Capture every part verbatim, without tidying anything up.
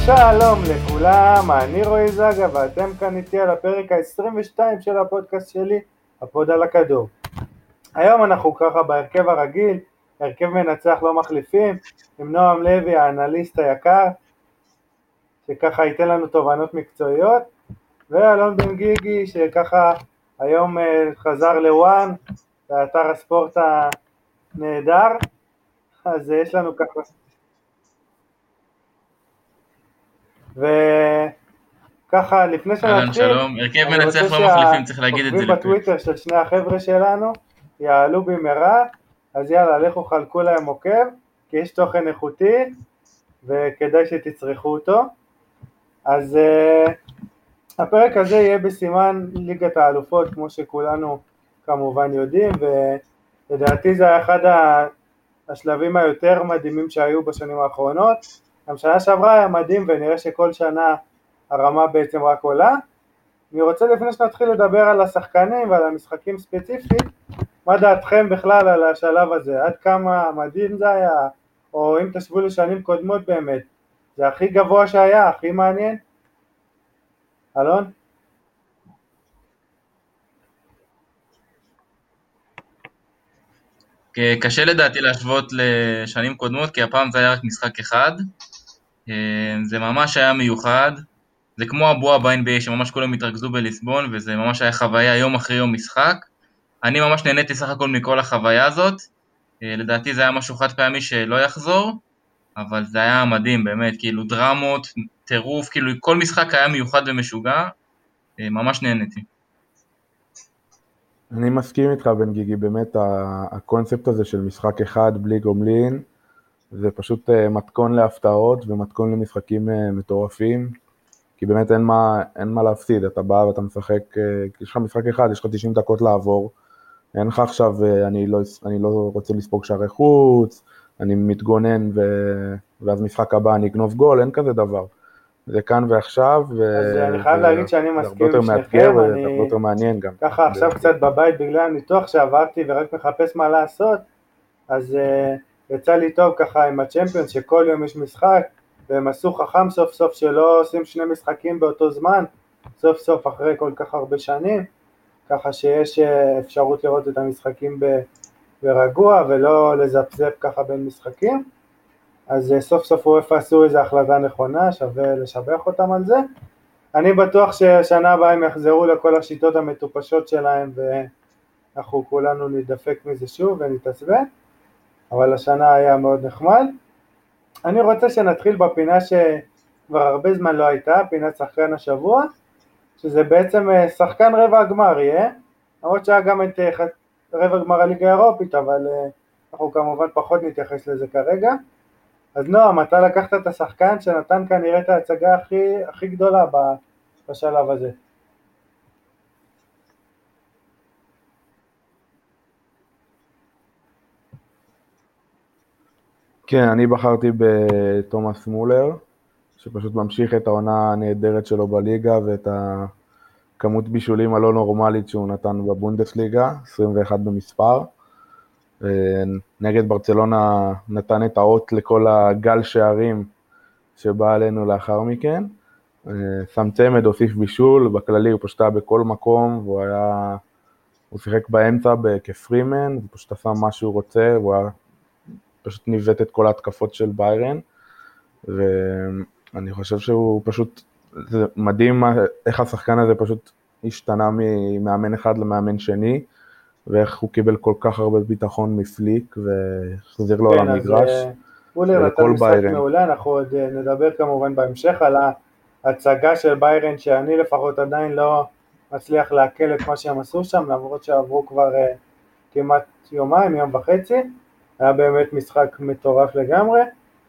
שלום לכולם, אני רועי זגה ואתם כאן איתי על הפרק ה-עשרים ושתיים של הפודקאסט שלי, הפוד על הכדור. היום אנחנו ככה בהרכב הרגיל, הרכב מנצח לא מחליפים, עם נועם לוי האנליסט היקר, שככה ייתן לנו תובנות מקצועיות, ואלון בן גיגי שככה היום חזר לוואן, באתר הספורט הנהדר, אז יש לנו ככה... וככה לפני שנתחיל, שלום, הרכב מנצח לא מחליפים, צריך להגיד את זה לפני בטוויטר של שני החבר'ה שלנו יעלו במהרה, אז יאללה, לכו חלקו להם עוקב, כי יש תוכן איכותי וכדאי שתצרכו אותו. אז uh, הפרק הזה יהיה בסימן ליגת האלופות, כמו שכולנו כמובן יודעים, ולדעתי זה היה אחד השלבים היותר מדהימים שהיו בשנים האחרונות. גם שנה שעברה היה מדהים, ונראה שכל שנה הרמה בעצם רק עולה. אני רוצה לפני שנתחיל לדבר על השחקנים ועל המשחקים ספציפית, מה דעתכם בכלל על השלב הזה? עד כמה מדהים זה היה, או אם תשבו לשנים קודמות באמת, זה הכי גבוה שהיה, הכי מעניין? אלון? קשה לדעתי להשוות לשנים קודמות, כי הפעם זה היה רק משחק אחד. זה ממש היה מיוחד. זה כמו הבועה ב-אן בי איי שממש כולם התרכזו בליסבון, וזה ממש היה חוויה יום אחרי יום משחק. אני ממש נהניתי סך הכל מכל החוויה הזאת. לדעתי זה היה משהו חד פעמי שלא יחזור, אבל זה היה מדהים באמת, כאילו דרמות, טירוף, כאילו כל משחק היה מיוחד ומשוגע. ממש נהניתי. אני מסכים איתך בן גיגי, באמת הקונספט הזה של משחק אחד בלי גומלין, זה פשוט מתכון להפתעות ומתכון למשחקים מטורפים, כי באמת אין מה, אין מה להפסיד, אתה בא ואתה משחק, יש לך משחק אחד, יש לך תשעים דקות לעבור, אין לך עכשיו, אני לא, אני לא רוצה לספוג שערי חוץ, אני מתגונן ו... ואז משחק הבא אני אגנוב גול, אין כזה דבר. זה כאן ועכשיו, אז אני חייב להגיד שאני מסכים עם שניכם, זה הרבה יותר מעניין גם. ככה עכשיו קצת בבית בגלל הניתוח שעברתי ורק מחפש מה לעשות, אז יצא לי טוב ככה עם הצ'מפיונס שכל יום יש משחק, והם עשו חכם סוף סוף שלא עושים שני משחקים באותו זמן, סוף סוף אחרי כל כך הרבה שנים, ככה שיש אפשרות לראות את המשחקים ברגוע ולא לזפזפ ככה בין משחקים. אז סוף סוף הוא עשו איזו החלטה נכונה, שווה לשבח אותם על זה. אני בטוח ששנה הבאה הם יחזרו לכל השיטות המטופשות שלהם, ואנחנו כולנו נדפק מזה שוב ונתעצבן, אבל השנה היה מאוד נחמד. אני רוצה שנתחיל בפינה שכבר הרבה זמן לא הייתה, פינת שחקן השבוע, שזה בעצם שחקן רבע הגמר יהיה, למרות שהיה גם את רבע גמר הליגה האירופית, אבל אנחנו כמובן פחות נתייחס לזה כרגע. אז נועם, אתה לקחת את השחקן שנתן כנראה את ההצגה הכי, הכי גדולה בשלב הזה. כן, אני בחרתי בתומאס מולר, שפשוט ממשיך את העונה הנהדרת שלו בליגה, ואת הכמות בישולים הלא נורמלית שהוא נתן בבונדסליגה, עשרים ואחת במספר. נגד ברצלונה נתן את האות לכל הגל שערים שבא עלינו לאחר מכן, שם צמד, הוסיף בישול, בכללי הוא פשוט היה בכל מקום, והוא היה, הוא שיחק באמצע כפרימן, הוא פשוט עשה מה שהוא רוצה, הוא היה פשוט ניווט את כל ההתקפות של ביירן, ואני חושב שהוא פשוט, זה מדהים איך השחקן הזה פשוט השתנה ממאמן אחד למאמן שני, ואיך הוא קיבל כל כך הרבה ביטחון מפליק, וחזיר לו על המגרש. אולר נתן משחק מעולה, אנחנו עוד נדבר כמובן בהמשך על ההצגה של ביירן, שאני לפחות עדיין לא מצליח להקל את מה שהם עשו שם, למרות שעברו כבר כמעט יומיים, יום וחצי, היה באמת משחק מטורף לגמרי.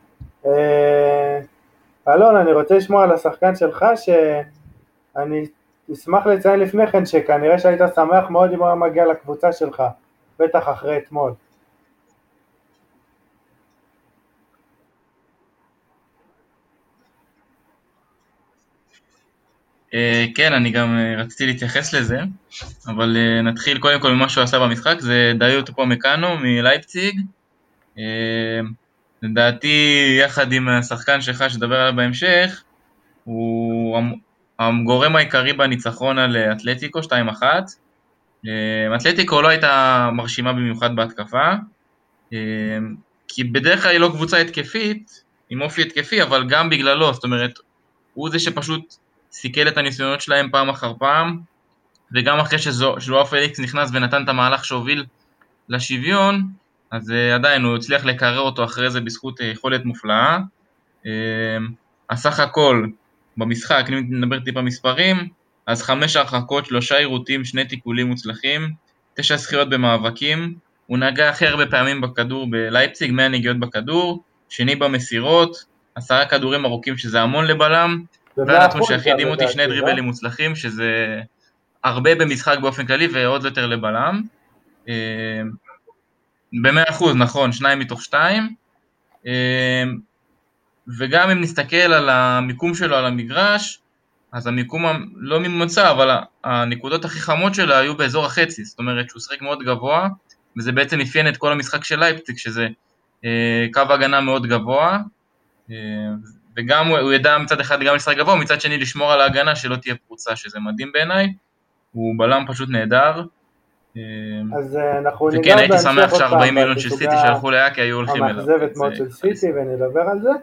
אלון, אני רוצה לשמוע על השחקן שלך, שאני אשמח לציין לפני כן שכנראה שהיית שמח מאוד אם הוא מגיע לקבוצה שלך, בטח אחרי אתמול. כן, אני גם רציתי להתייחס לזה, אבל נתחיל קודם כל ממה שהוא עשה במשחק, זה דיוט אופמקאנו מלייפציג. לדעתי, יחד עם השחקן שלך שדבר עליו בהמשך, הוא הגורם העיקרי בניצחון על אתלטיקו שתיים אחת. אתלטיקו לא הייתה מרשימה במיוחד בהתקפה, כי בדרך כלל היא לא קבוצה התקפית, עם אופי התקפי, אבל גם בגללו, זאת אומרת, הוא זה שפשוט סיכל את הניסיונות שלהם פעם אחר פעם, וגם אחרי שז'ואאו פליקס נכנס ונתן את המהלך שהוביל לשוויון, אז עדיין הוא הצליח לקרר אותו אחרי זה בזכות יכולת מופלאה. הסך הכל במשחק, אם נדבר טיפה מספרים, אז חמש הרחקות, שלושה עירותים, שני תיקולים מוצלחים, תשע זכיות במאבקים, הוא נגע הכי הרבה פעמים בכדור בלייפציג, מאה נגיעות בכדור, שני במסירות, עשרה כדורים ארוכים שזה המון לבלם, והנתון שהכי הדהים אותי שני דריבלים מוצלחים, שזה הרבה במשחק באופן כללי ועוד יותר לבלם. ב-מאה אחוז, נכון, שניים מתוך שתיים. וגם אם נסתכל על המיקום שלו על המגרש, אז המיקום לא ממוצע, אבל הנקודות הכי חמות שלו היו באזור החצי, זאת אומרת שהוא שחק מאוד גבוה, וזה בעצם אפיין את כל המשחק של לייפציג, שזה קו הגנה מאוד גבוה, וגם הוא ידע מצד אחד גם לשחק גבוה, מצד שני לשמור על ההגנה שלא תהיה פרוצה, שזה מדהים בעיניי, הוא בלם פשוט נהדר. אז אנחנו וכן, הייתי שמח ש-ארבעים מיליון של סיטי שהלכו לאיה, כי היו הולכים אליו. המאכזבת מאוד של סיטי, ונדבר על זה.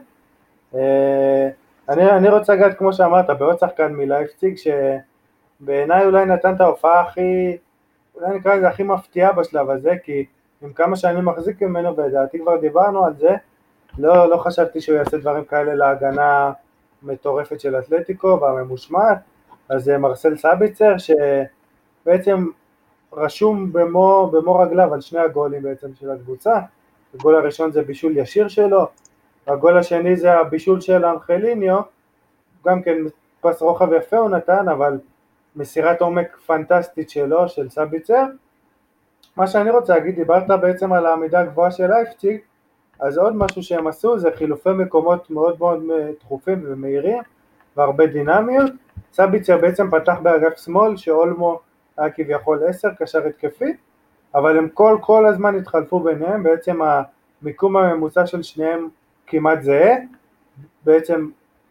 אני, אני רוצה לגעת, כמו שאמרת, בעוד שחקן מלייפציג, שבעיניי אולי נתן את ההופעה הכי, אולי נקרא לזה הכי מפתיעה בשלב הזה, כי עם כמה שאני מחזיק ממנו, ולדעתי כבר דיברנו על זה, לא, לא חשבתי שהוא יעשה דברים כאלה להגנה מטורפת של אתלטיקו והממושמעת. אז מרסל סאביצר, שבעצם רשום במו, במו רגליו על שני הגולים בעצם של הקבוצה. הגול הראשון זה בישול ישיר שלו, הגול השני זה הבישול של אנחליניו, גם כן פס רוחב יפה הוא נתן, אבל מסירת עומק פנטסטית שלו, של סאביצר. מה שאני רוצה להגיד, דיברת בעצם על העמידה הגבוהה של לייפציג, אז עוד משהו שהם עשו זה חילופי מקומות מאוד מאוד דחופים ומהירים, והרבה דינמיות. סאביצר בעצם פתח באגף שמאל, שאולמו היה כביכול עשר, קשר התקפי, אבל הם כל כל הזמן התחלפו ביניהם, בעצם המיקום הממוצע של שניהם כמעט זהה, בעצם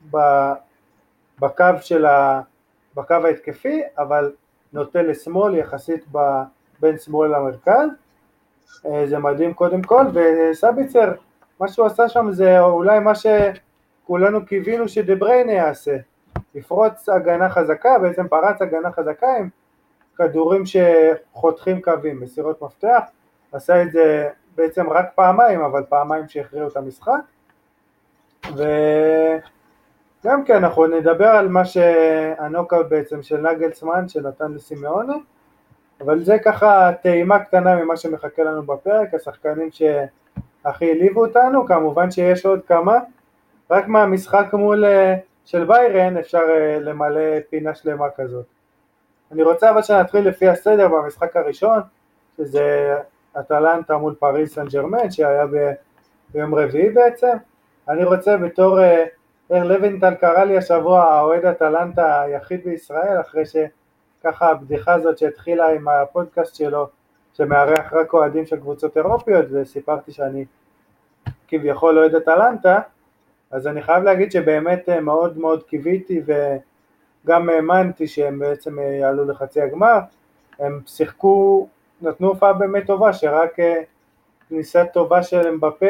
בקו של ה, בקו ההתקפי, אבל נוטה לשמאל יחסית בין שמאל למרכז. זה מדהים קודם כל, וסאביצר, מה שהוא עשה שם זה אולי מה שכולנו קיווינו שדבריינה יעשה, לפרוץ הגנה חזקה, בעצם פרץ הגנה חזקה עם כדורים שחותכים קווים, מסירות מפתח, עשה את זה בעצם רק פעמיים, אבל פעמיים שהכריעו את המשחק. וגם כן אנחנו נדבר על מה שהנוקאוט בעצם של נגלסמן שנתן לסימאונה, אבל זה ככה טעימה קטנה ממה שמחכה לנו בפרק, השחקנים שהכי העליבו אותנו, כמובן שיש עוד כמה, רק מהמשחק מול של ביירן אפשר למלא פינה שלמה כזאת. אני רוצה אבל שנתחיל לפי הסדר במשחק הראשון, שזה אטלנטה מול פריז סן ז'רמן, שהיה ב... ביום רביעי בעצם. אני רוצה בתור, אר לוינטל קרא לי השבוע, האוהד אטלנטה היחיד בישראל, אחרי שככה הבדיחה הזאת שהתחילה עם הפודקאסט שלו, שמארח רק אוהדים של קבוצות אירופיות, וסיפרתי שאני כביכול אוהד אטלנטה, אז אני חייב להגיד שבאמת מאוד מאוד קיוויתי וגם האמנתי שהם בעצם יעלו לחצי הגמר. הם שיחקו, נתנו הופעה באמת טובה, שרק כניסה טובה של אמבפה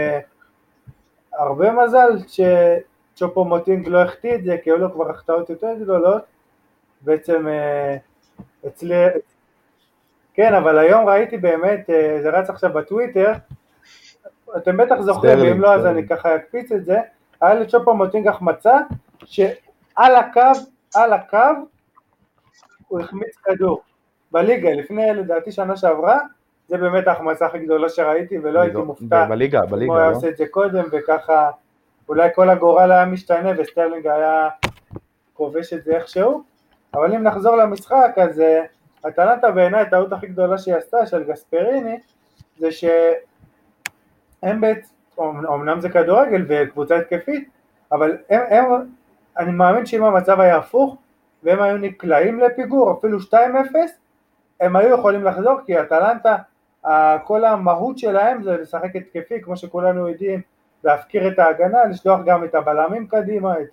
והרבה מזל שצ'ופו מוטינג לא החטיא את זה, כי היו לו כבר החטאות יותר גדולות בעצם אצלי. כן, אבל היום ראיתי באמת, זה רץ עכשיו בטוויטר, אתם בטח זוכרים, ואם לא אז אני ככה אקפיץ את זה, היה לצ'ופו מוטינג החמצה, שעל הקו, על הקו, הוא החמיץ כדור, בליגה, לפני לדעתי שנה שעברה, זה באמת ההחמצה הכי גדולה שראיתי, ולא הייתי מופתע, בליגה, בליגה, כמו היה עושה את זה קודם, וככה, אולי כל הגורל היה משתנה, וסטרלינג היה כובש את זה איכשהו, אבל אם נחזור למשחק, אז אטלנטה בעיניי, הטעות הכי גדולה שהיא עשתה, של גספריני, זה ש... הם בעצם, אמנם זה כדורגל וקבוצה התקפית, אבל הם, הם, אני מאמין שאם המצב היה הפוך, והם היו נקלעים לפיגור, אפילו שתיים אפס, הם היו יכולים לחזור, כי אטלנטה, כל המהות שלהם זה לשחק התקפי, כמו שכולנו יודעים, להפקיר את ההגנה, לשלוח גם את הבלמים קדימה, את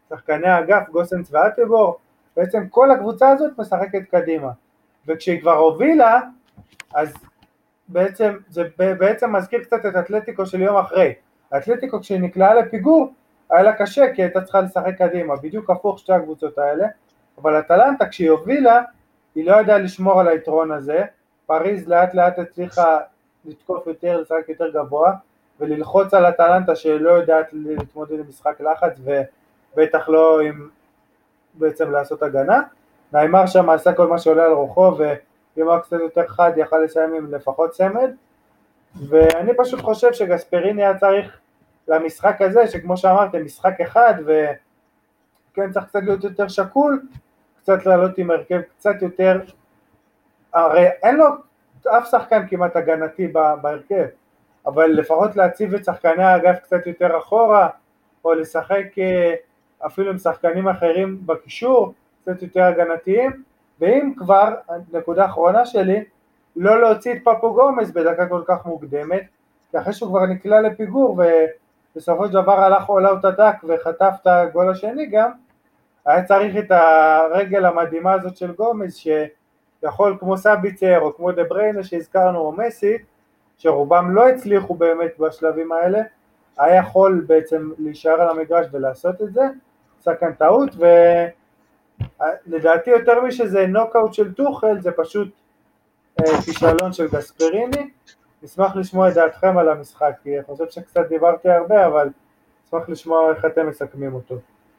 שחקני האגף, גוסנס ואטבור, בעצם כל הקבוצה הזאת משחקת קדימה, וכשהיא כבר הובילה, אז בעצם, זה בעצם מזכיר קצת את אתלטיקו של יום אחרי. האתלטיקו כשהיא נקלעה לפיגור, היה לה קשה כי הייתה צריכה לשחק קדימה, בדיוק הפוך שתי הקבוצות האלה, אבל אטלנטה כשהיא הובילה, היא לא ידעה לשמור על היתרון הזה, פריז לאט לאט הצליחה לתקוף יותר, לשחק יותר גבוה, וללחוץ על אטלנטה שלא יודעת להתמודד עם משחק לחץ, ובטח לא עם בעצם לעשות הגנה. ניימר שם עשה כל מה שעולה על רוחו, ואם היה קצת יותר חד יכל לסיים עם לפחות צמד, ואני פשוט חושב שגספריני היה צריך למשחק הזה, שכמו שאמרתם, משחק אחד, וכן צריך קצת להיות יותר שקול, קצת לעלות עם הרכב קצת יותר, הרי אין לו אף שחקן כמעט הגנתי בהרכב, אבל לפחות להציב את שחקני האגף קצת יותר אחורה, או לשחק אפילו עם שחקנים אחרים בקישור, קצת יותר הגנתיים, ואם כבר, נקודה אחרונה שלי, לא להוציא את פאפו גומז בדקה כל כך מוקדמת, כי אחרי שהוא כבר נקלע לפיגור, ובסופו של דבר הלך all out הדק וחטף את הגול השני גם, היה צריך את הרגל המדהימה הזאת של גומז, שיכול כמו סאביצר או כמו דה בריינה שהזכרנו או מסי, שרובם לא הצליחו באמת בשלבים האלה, היה יכול בעצם להישאר על המגרש ולעשות את זה, עשה כאן טעות, ולדעתי יותר משזה נוקאוט של טוחל, זה פשוט אה, כישלון של גספריני. נשמח לשמוע את דעתכם על המשחק, כי אני חושב שקצת דיברתי הרבה, אבל נשמח לשמוע איך אתם מסכמים אותו.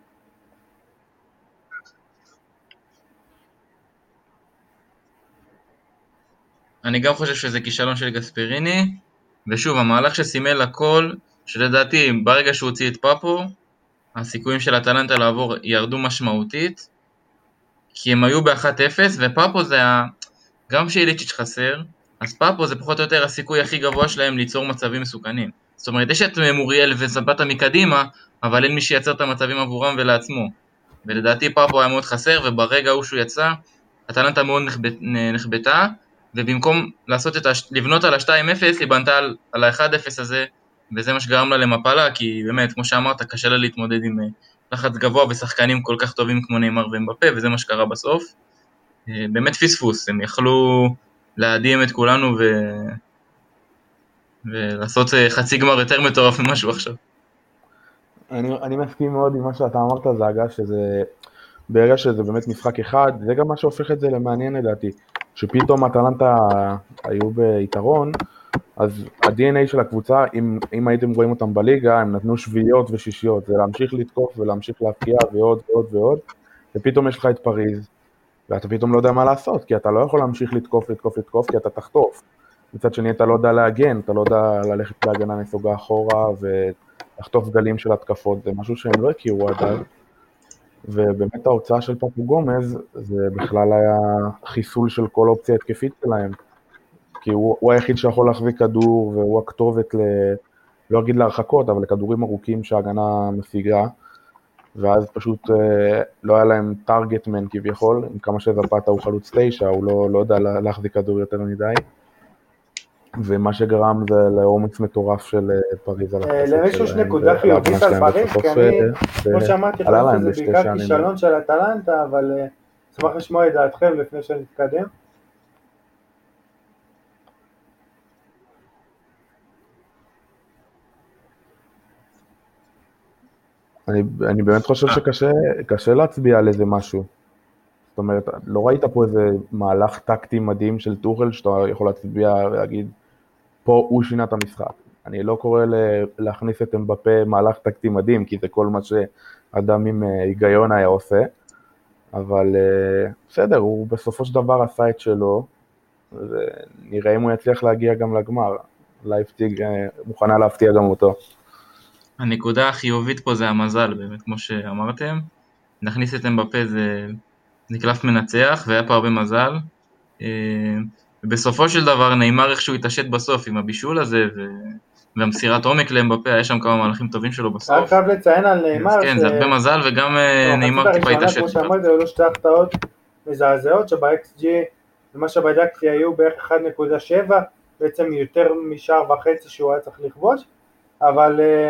אני גם חושב שזה כישלון של גספריני, ושוב, המהלך שסימל הכל, שלדעתי ברגע שהוא הוציא את פאפו, הסיכויים של אטלנטה לעבור ירדו משמעותית, כי הם היו ב-אחת אפס, ופאפו זה, ה... גם שאיליצ'יץ' חסר, אז פאפו זה פחות או יותר הסיכוי הכי גבוה שלהם ליצור מצבים מסוכנים. זאת אומרת, יש את מוריאל וסבטה מקדימה, אבל אין מי שייצר את המצבים עבורם ולעצמו. ולדעתי פאפו היה מאוד חסר, וברגע הוא שהוא יצא, אטלנטה מאוד נחבט... נחבטה, ובמקום לעשות את הש... לבנות על ה-שתיים אפס, היא בנתה על, על ה-אחד אפס הזה, וזה מה שגרם לה למפלה, כי באמת, כמו שאמרת, קשה לה להתמודד עם לחץ גבוה ושחקנים כל כך טובים כמו ניימר ואמבפה, וזה מה שקרה בסוף. באמת פספוס, הם יכלו להדהים את כולנו ו... ולעשות חצי גמר יותר מטורף ממשהו עכשיו. אני, אני מסכים מאוד עם מה שאתה אמרת, זה אגב שזה, ברגע שזה באמת משחק אחד, זה גם מה שהופך את זה למעניין לדעתי, שפתאום אטלנטה היו ביתרון, אז ה-די אן איי של הקבוצה, אם, אם הייתם רואים אותם בליגה, הם נתנו שביעיות ושישיות, זה להמשיך לתקוף ולהמשיך להפקיע ועוד ועוד ועוד, ופתאום יש לך את פריז, ואתה פתאום לא יודע מה לעשות, כי אתה לא יכול להמשיך לתקוף, לתקוף, לתקוף, כי אתה תחטוף. מצד שני אתה לא יודע להגן, אתה לא יודע ללכת להגנה נסוגה אחורה, ולחטוף גלים של התקפות, זה משהו שהם לא הכירו עד אז, ובאמת ההוצאה של פאפו גומז, זה בכלל היה חיסול של כל אופציה התקפית שלהם, כי הוא, הוא היחיד שיכול להחזיק כדור, והוא הכתובת ל... לא אגיד להרחקות, אבל לכדורים ארוכים שההגנה משיגה, ואז פשוט אה, לא היה להם טארגטמן כביכול, עם כמה שזפתה הוא חלוץ תשע, הוא לא, לא יודע להחזיק כדור יותר מדי, ומה שגרם זה לעומץ מטורף של פריז על הכסף. למישהו יש נקודה חיובית על פריז, כי אני, כמו שאמרתי, חושב שזה בעיקר כישלון של אטלנטה, אבל אשמח לשמוע את דעתכם לפני שנתקדם. אני, אני באמת חושב שקשה קשה להצביע על איזה משהו. זאת אומרת, לא ראית פה איזה מהלך טקטי מדהים של טוחל, שאתה יכול להצביע ולהגיד, פה הוא שינה את המשחק. אני לא קורא להכניס את אמבפה מהלך טקטי מדהים, כי זה כל מה שאדם עם היגיון היה עושה, אבל בסדר, הוא בסופו של דבר עשה את שלו, ונראה אם הוא יצליח להגיע גם לגמר. לייפציג מוכנה להפתיע גם אותו. הנקודה החיובית פה זה המזל, באמת, כמו שאמרתם. נכניס את אמבפה זה, זה קלף מנצח, והיה פה הרבה מזל. ובסופו של דבר ניימר איכשהו התעשת בסוף עם הבישול הזה, ו... והמסירת עומק לאמבפה, היה שם כמה מהלכים טובים שלו בסוף. רק חייב לציין על ניימר. כן, זה הרבה מזל, וגם ניימר טיפה התעשת. כמו שאמרתי, היו לו שתי החטאות מזעזעות, שב-אקס ג'י, ומה שבדקתי היו בערך אחת נקודה שבע, בעצם יותר משער וחצי שהוא היה צריך לכבוש, אבל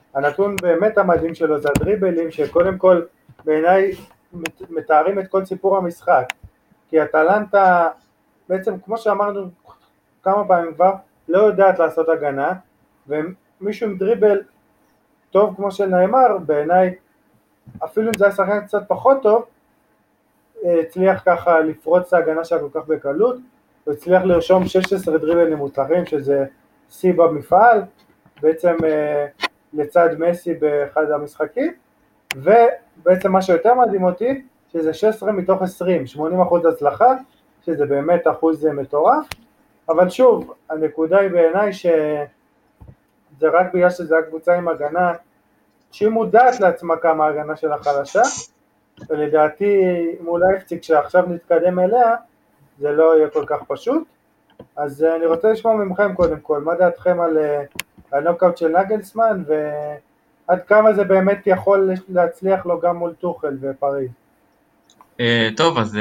הנתון באמת המדהים שלו זה הדריבלים, שקודם כל בעיניי מתארים את כל סיפור המשחק, כי אטלנטה בעצם כמו שאמרנו כמה פעמים כבר, לא יודעת לעשות הגנה, ומישהו עם דריבל טוב כמו שנאמר, בעיניי אפילו אם זה היה שחקן קצת פחות טוב, הצליח ככה לפרוץ את ההגנה שלה כל כך בקלות, הוא הצליח לרשום שש עשרה דריבלים מוצלחים, שזה שיא במפעל, בעצם לצד מסי באחד המשחקים, ובעצם מה שיותר מדהים אותי, שזה שש עשרה מתוך עשרים, שמונים אחוז הצלחה, שזה באמת אחוז מטורף, אבל שוב, הנקודה היא בעיניי שזה רק בגלל שזה הקבוצה עם הגנה, שהיא מודעת לעצמה כמה ההגנה שלה חלשה, ולדעתי מול אייפציג שעכשיו נתקדם אליה, זה לא יהיה כל כך פשוט. אז אני רוצה לשמוע ממכם קודם כל, מה דעתכם על הנוקאוט של נגלסמן, ועד כמה זה באמת יכול להצליח לו גם מול טוחל ופריז? טוב, אז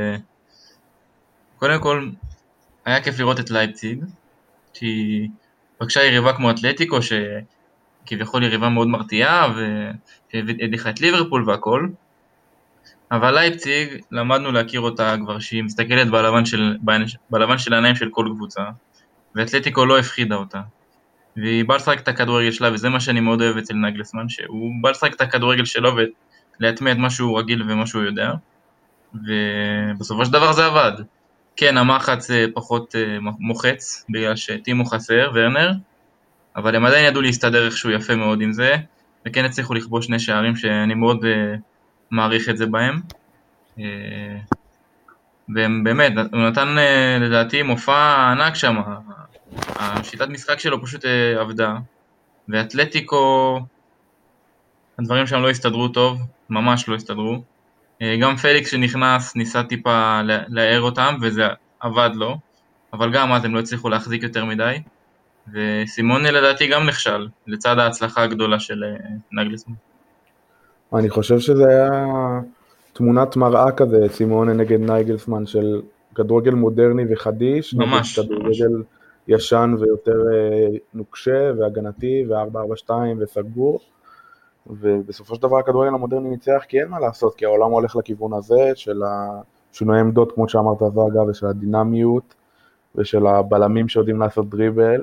קודם כל, היה כיף לראות את לייפציג, שהיא פגשה יריבה כמו אתלטיקו, שכביכול יריבה מאוד מרתיעה, והדיחה את ליברפול והכל, אבל לייפציג, למדנו להכיר אותה כבר שהיא מסתכלת בלבן של, בלבן של העיניים של כל קבוצה, ואתלטיקו לא הפחידה אותה. והיא בא לשחק את הכדורגל שלה, וזה מה שאני מאוד אוהב אצל נגלסמן, שהוא בא לשחק את הכדורגל שלו ולהטמיע את מה שהוא רגיל ומה שהוא יודע, ובסופו של דבר זה עבד. כן, המחץ פחות מוחץ, בגלל שטימו חסר, ורנר, אבל הם עדיין ידעו להסתדר איכשהו יפה מאוד עם זה, וכן הצליחו לכבוש שני שערים שאני מאוד מעריך את זה בהם. והם באמת, הוא נתן לדעתי מופע ענק שם, השיטת משחק שלו פשוט עבדה, ואתלטיקו, הדברים שם לא הסתדרו טוב, ממש לא הסתדרו. גם פליקס שנכנס ניסה טיפה להער אותם, וזה עבד לו, אבל גם אז הם לא הצליחו להחזיק יותר מדי, וסימונה לדעתי גם נכשל, לצד ההצלחה הגדולה של נגלסמן. אני חושב שזה היה תמונת מראה כזה, סימונה נגד נגלסמן, של כדורגל מודרני וחדיש, ממש, נגד כדורגל ממש. ישן ויותר נוקשה והגנתי, ו-ארבע ארבע שתיים וסגור, ובסופו של דבר הכדורגל המודרני ניצח, כי אין מה לעשות, כי העולם הולך לכיוון הזה, של שינוי עמדות, כמו שאמרת זאגה, ושל הדינמיות, ושל הבלמים שיודעים לעשות דריבל,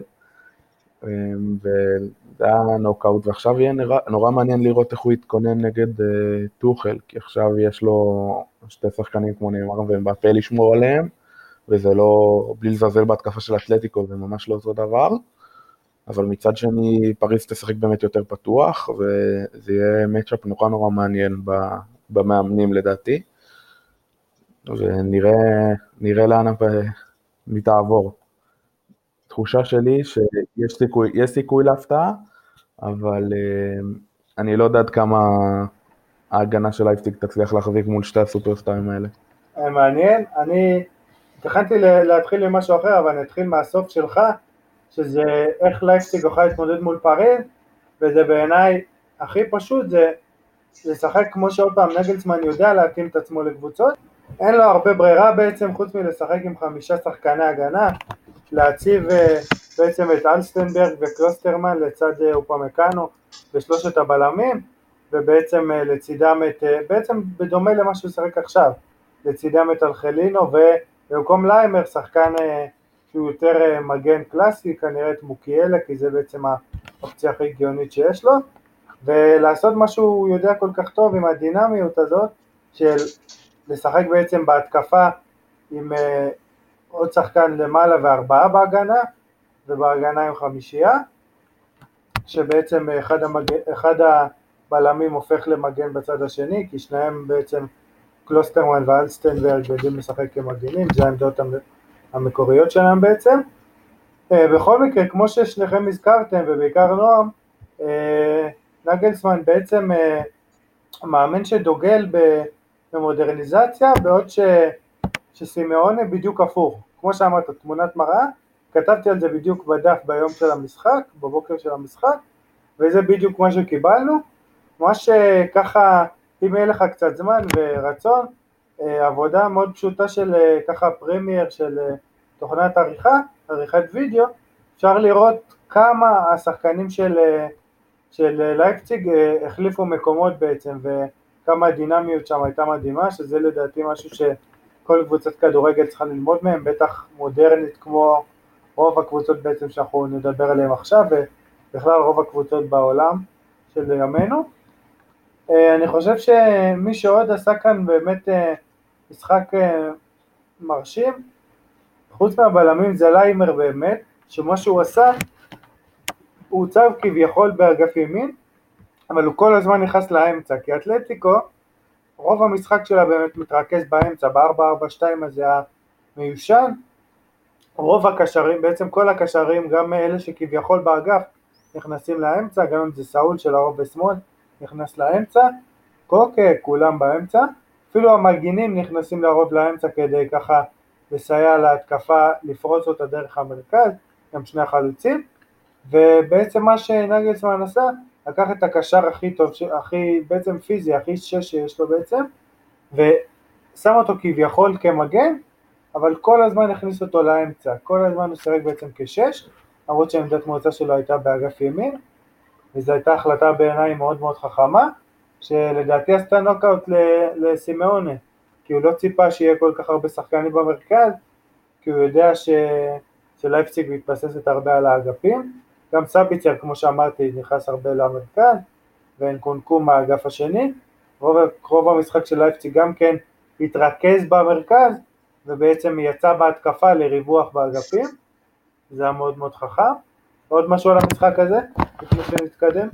וזה היה נוקאוט, ועכשיו יהיה נורא, נורא מעניין לראות איך הוא יתכונן נגד uh, טוחל, כי עכשיו יש לו שתי שחקנים כמו נאמר, והם באפה לשמור עליהם, וזה לא, בלי לזלזל בהתקפה של אתלטיקו, זה ממש לא אותו דבר, אבל מצד שני פריז תשחק באמת יותר פתוח, וזה יהיה מאצ'אפ נורא נורא מעניין במאמנים לדעתי, ונראה לאן מתעבור. תחושה שלי שיש סיכוי, יש סיכוי להפתעה, אבל אני לא יודעת כמה ההגנה של לייפציג תצליח להחזיק מול שתי הסופרסטארים האלה. מעניין, אני תכנתי להתחיל עם משהו אחר, אבל אני אתחיל מהסוף שלך, שזה איך לייפציג יוכל להתמודד מול פריז, וזה בעיניי הכי פשוט, זה לשחק כמו שעוד פעם נגלסמן יודע להתאים את עצמו לקבוצות, אין לו הרבה ברירה בעצם, חוץ מלשחק עם חמישה שחקני הגנה, להציב בעצם את אלסטנברג וקלוסטרמן לצד אופמקאנו בשלושת הבלמים, ובעצם לצידם את, בעצם בדומה למה שהוא שחק עכשיו, לצידם את אלחלינו, ובמקום ליימר שחקן שהוא יותר מגן קלאסי, כנראה את מוקיאלה, כי זה בעצם האופציה הכי הגיונית שיש לו, ולעשות מה שהוא יודע כל כך טוב עם הדינמיות הזאת, של לשחק בעצם בהתקפה עם עוד שחקן למעלה וארבעה בהגנה, ובהגנה עם חמישייה, שבעצם אחד, המג... אחד הבלמים הופך למגן בצד השני, כי שניהם בעצם קלוסטרמן ואלסטנברג יודעים לשחק כמגנים, זה העמדות המקוריות שלהם בעצם. בכל מקרה, כמו ששניכם הזכרתם, ובעיקר נועם, נגלסמן בעצם מאמן שדוגל במודרניזציה, בעוד ש... שסימאונה בדיוק הפוך. כמו שאמרת, תמונת מראה, כתבתי על זה בדיוק בדף ביום של המשחק, בבוקר של המשחק, וזה בדיוק מה שקיבלנו, מה שככה, אם יהיה לך קצת זמן ורצון, עבודה מאוד פשוטה של ככה פרמייר של תוכנת עריכה, עריכת וידאו, אפשר לראות כמה השחקנים של של לייפציג החליפו מקומות בעצם, וכמה הדינמיות שם הייתה מדהימה, שזה לדעתי משהו שכל קבוצת כדורגל צריכה ללמוד מהם, בטח מודרנית כמו רוב הקבוצות בעצם שאנחנו נדבר עליהן עכשיו, ובכלל רוב הקבוצות בעולם של ימינו. אני חושב שמי שעוד עשה כאן באמת משחק מרשים, חוץ מהבלמים זה ליימר באמת, שמה שהוא עשה, הוא הוצב כביכול באגף ימין, אבל הוא כל הזמן נכנס לאמצע, כי אתלטיקו, רוב המשחק שלה באמת מתרכז באמצע, ב-ארבע ארבע שתיים הזה המיושן, רוב הקשרים, בעצם כל הקשרים, גם אלה שכביכול באגף, נכנסים לאמצע, גם אם זה סאול של הרוב בשמאל, נכנס לאמצע, קוקה, כולם באמצע, אפילו המגינים נכנסים לרוב לאמצע כדי ככה לסייע להתקפה, לפרוץ אותה דרך המרכז, גם שני החלוצים, ובעצם מה שנגלסמן עשה, לקח את הקשר הכי טוב, הכי בעצם פיזי, הכי שש שיש לו בעצם, ושם אותו כביכול כמגן, אבל כל הזמן הכניס אותו לאמצע, כל הזמן הוא שיחק בעצם כשש, למרות שעמדת מועצה שלו הייתה באגף ימין, וזו הייתה החלטה בעיניי מאוד מאוד חכמה, שלדעתי עשתה נוקאוט לסימאונה, כי הוא לא ציפה שיהיה כל כך הרבה שחקנים במרכז, כי הוא יודע ש... שלייפציג מתבססת הרבה על האגפים, גם סאביצר, כמו שאמרתי, נכנס הרבה למרכז, ואנקונקו מהאגף השני, רוב, רוב המשחק של לייפציג גם כן התרכז במרכז, ובעצם יצא בהתקפה לריווח באגפים, זה היה מאוד מאוד חכם. עוד משהו על המשחק הזה, לפני שנתקדם?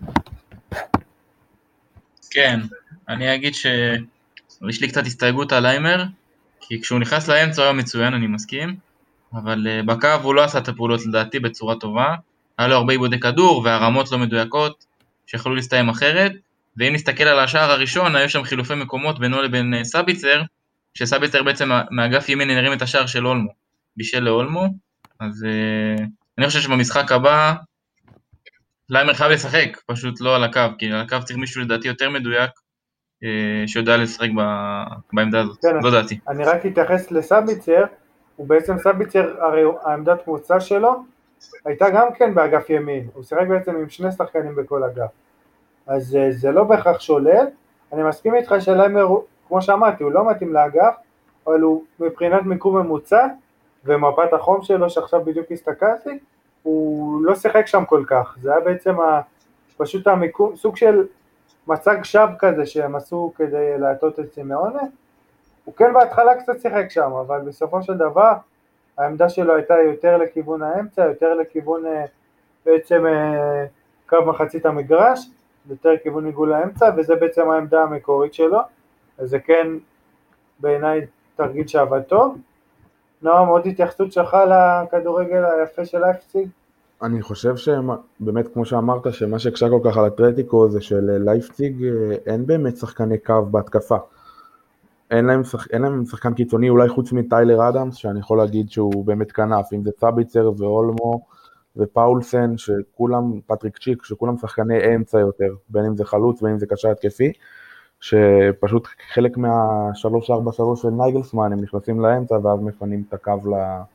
כן, אני אגיד שיש לי קצת הסתייגות על ליימר, כי כשהוא נכנס לאמצע הוא היה מצוין, אני מסכים, אבל uh, בקו הוא לא עשה את הפעולות לדעתי בצורה טובה, היה לו הרבה עיבודי כדור והרמות לא מדויקות שיכולו להסתיים אחרת, ואם נסתכל על השער הראשון, היו שם חילופי מקומות בינו לבין uh, סאביצר, שסאביצר בעצם מאגף ימין נרים את השער של אולמו, בישל לאולמו, אז uh, אני חושב שבמשחק הבא, ליימר חייב לשחק, פשוט לא על הקו, כי על הקו צריך מישהו לדעתי יותר מדויק, uh, שיודע לשחק ב- בעמדה הזאת, כן, לא דעתי. אני רק אתייחס לסאביצר, הוא בעצם סאביצר, הרי העמדת מוצא שלו, הייתה גם כן באגף ימין, הוא שיחק בעצם עם שני שחקנים בכל אגף, אז זה לא בהכרח שולל, אני מסכים איתך שליימר, כמו שאמרתי, הוא לא מתאים לאגף, אבל הוא מבחינת מיקום ממוצע, ומפת החום שלו שעכשיו בדיוק הסתכלתי, הוא לא שיחק שם כל כך, זה היה בעצם ה, פשוט המיקום, סוג של מצג שווא כזה שהם עשו כדי להטות את סימאונה, הוא כן בהתחלה קצת שיחק שם, אבל בסופו של דבר, העמדה שלו הייתה יותר לכיוון האמצע, יותר לכיוון בעצם קו מחצית המגרש, יותר כיוון עיגול האמצע, וזה בעצם העמדה המקורית שלו, אז זה כן בעיניי תרגיל שעבד טוב. נועם, עוד התייחסות שלך לכדורגל היפה של לייפציג? אני חושב שבאמת כמו שאמרת, שמה שקשה כל כך על אתלטיקו זה שללייפציג אין באמת שחקני קו בהתקפה. אין להם, שח... אין להם שחקן קיצוני, אולי חוץ מטיילר אדמס, שאני יכול להגיד שהוא באמת כנף, אם זה סאביצר ואולמו ופאולסן, שכולם, פטריק צ'יק, שכולם שחקני אמצע יותר, בין אם זה חלוץ, בין אם זה קשר התקפי, שפשוט חלק מה-שלוש ארבע שלוש של נייגלסמן, הם נכנסים לאמצע, ואז מפנים את הקו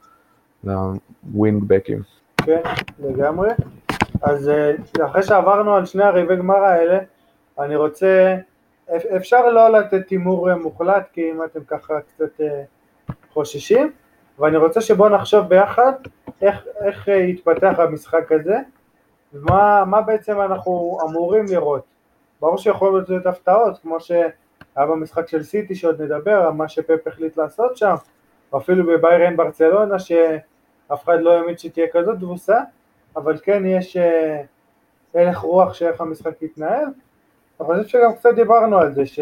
לווינג בקים. כן, לגמרי. אז אחרי שעברנו על שני הריבי גמר האלה, אני רוצה... אפשר לא לתת תימור מוחלט, כי אם אתם ככה קצת חוששים, ואני רוצה שבואו נחשוב ביחד איך, איך יתפתח המשחק הזה, ומה מה בעצם אנחנו אמורים לראות. ברור שיכול להיות הפתעות, כמו שהיה במשחק של סיטי שעוד נדבר, מה שפפ החליט לעשות שם, או אפילו בביירן ברצלונה, שאף אחד לא יאמין שתהיה כזאת תבוסה, אבל כן יש הלך רוח שאיך המשחק יתנהל, אני חושב שגם קצת דיברנו על זה, ש,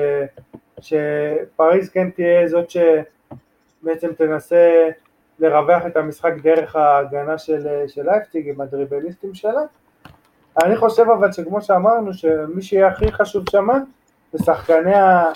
שפריז כן תהיה זאת שבעצם תנסה לרווח את המשחק דרך ההגנה של, של לייפציג עם הדריבליסטים שלה. אני חושב אבל שכמו שאמרנו, שמי שיהיה הכי חשוב שם, זה שחקני,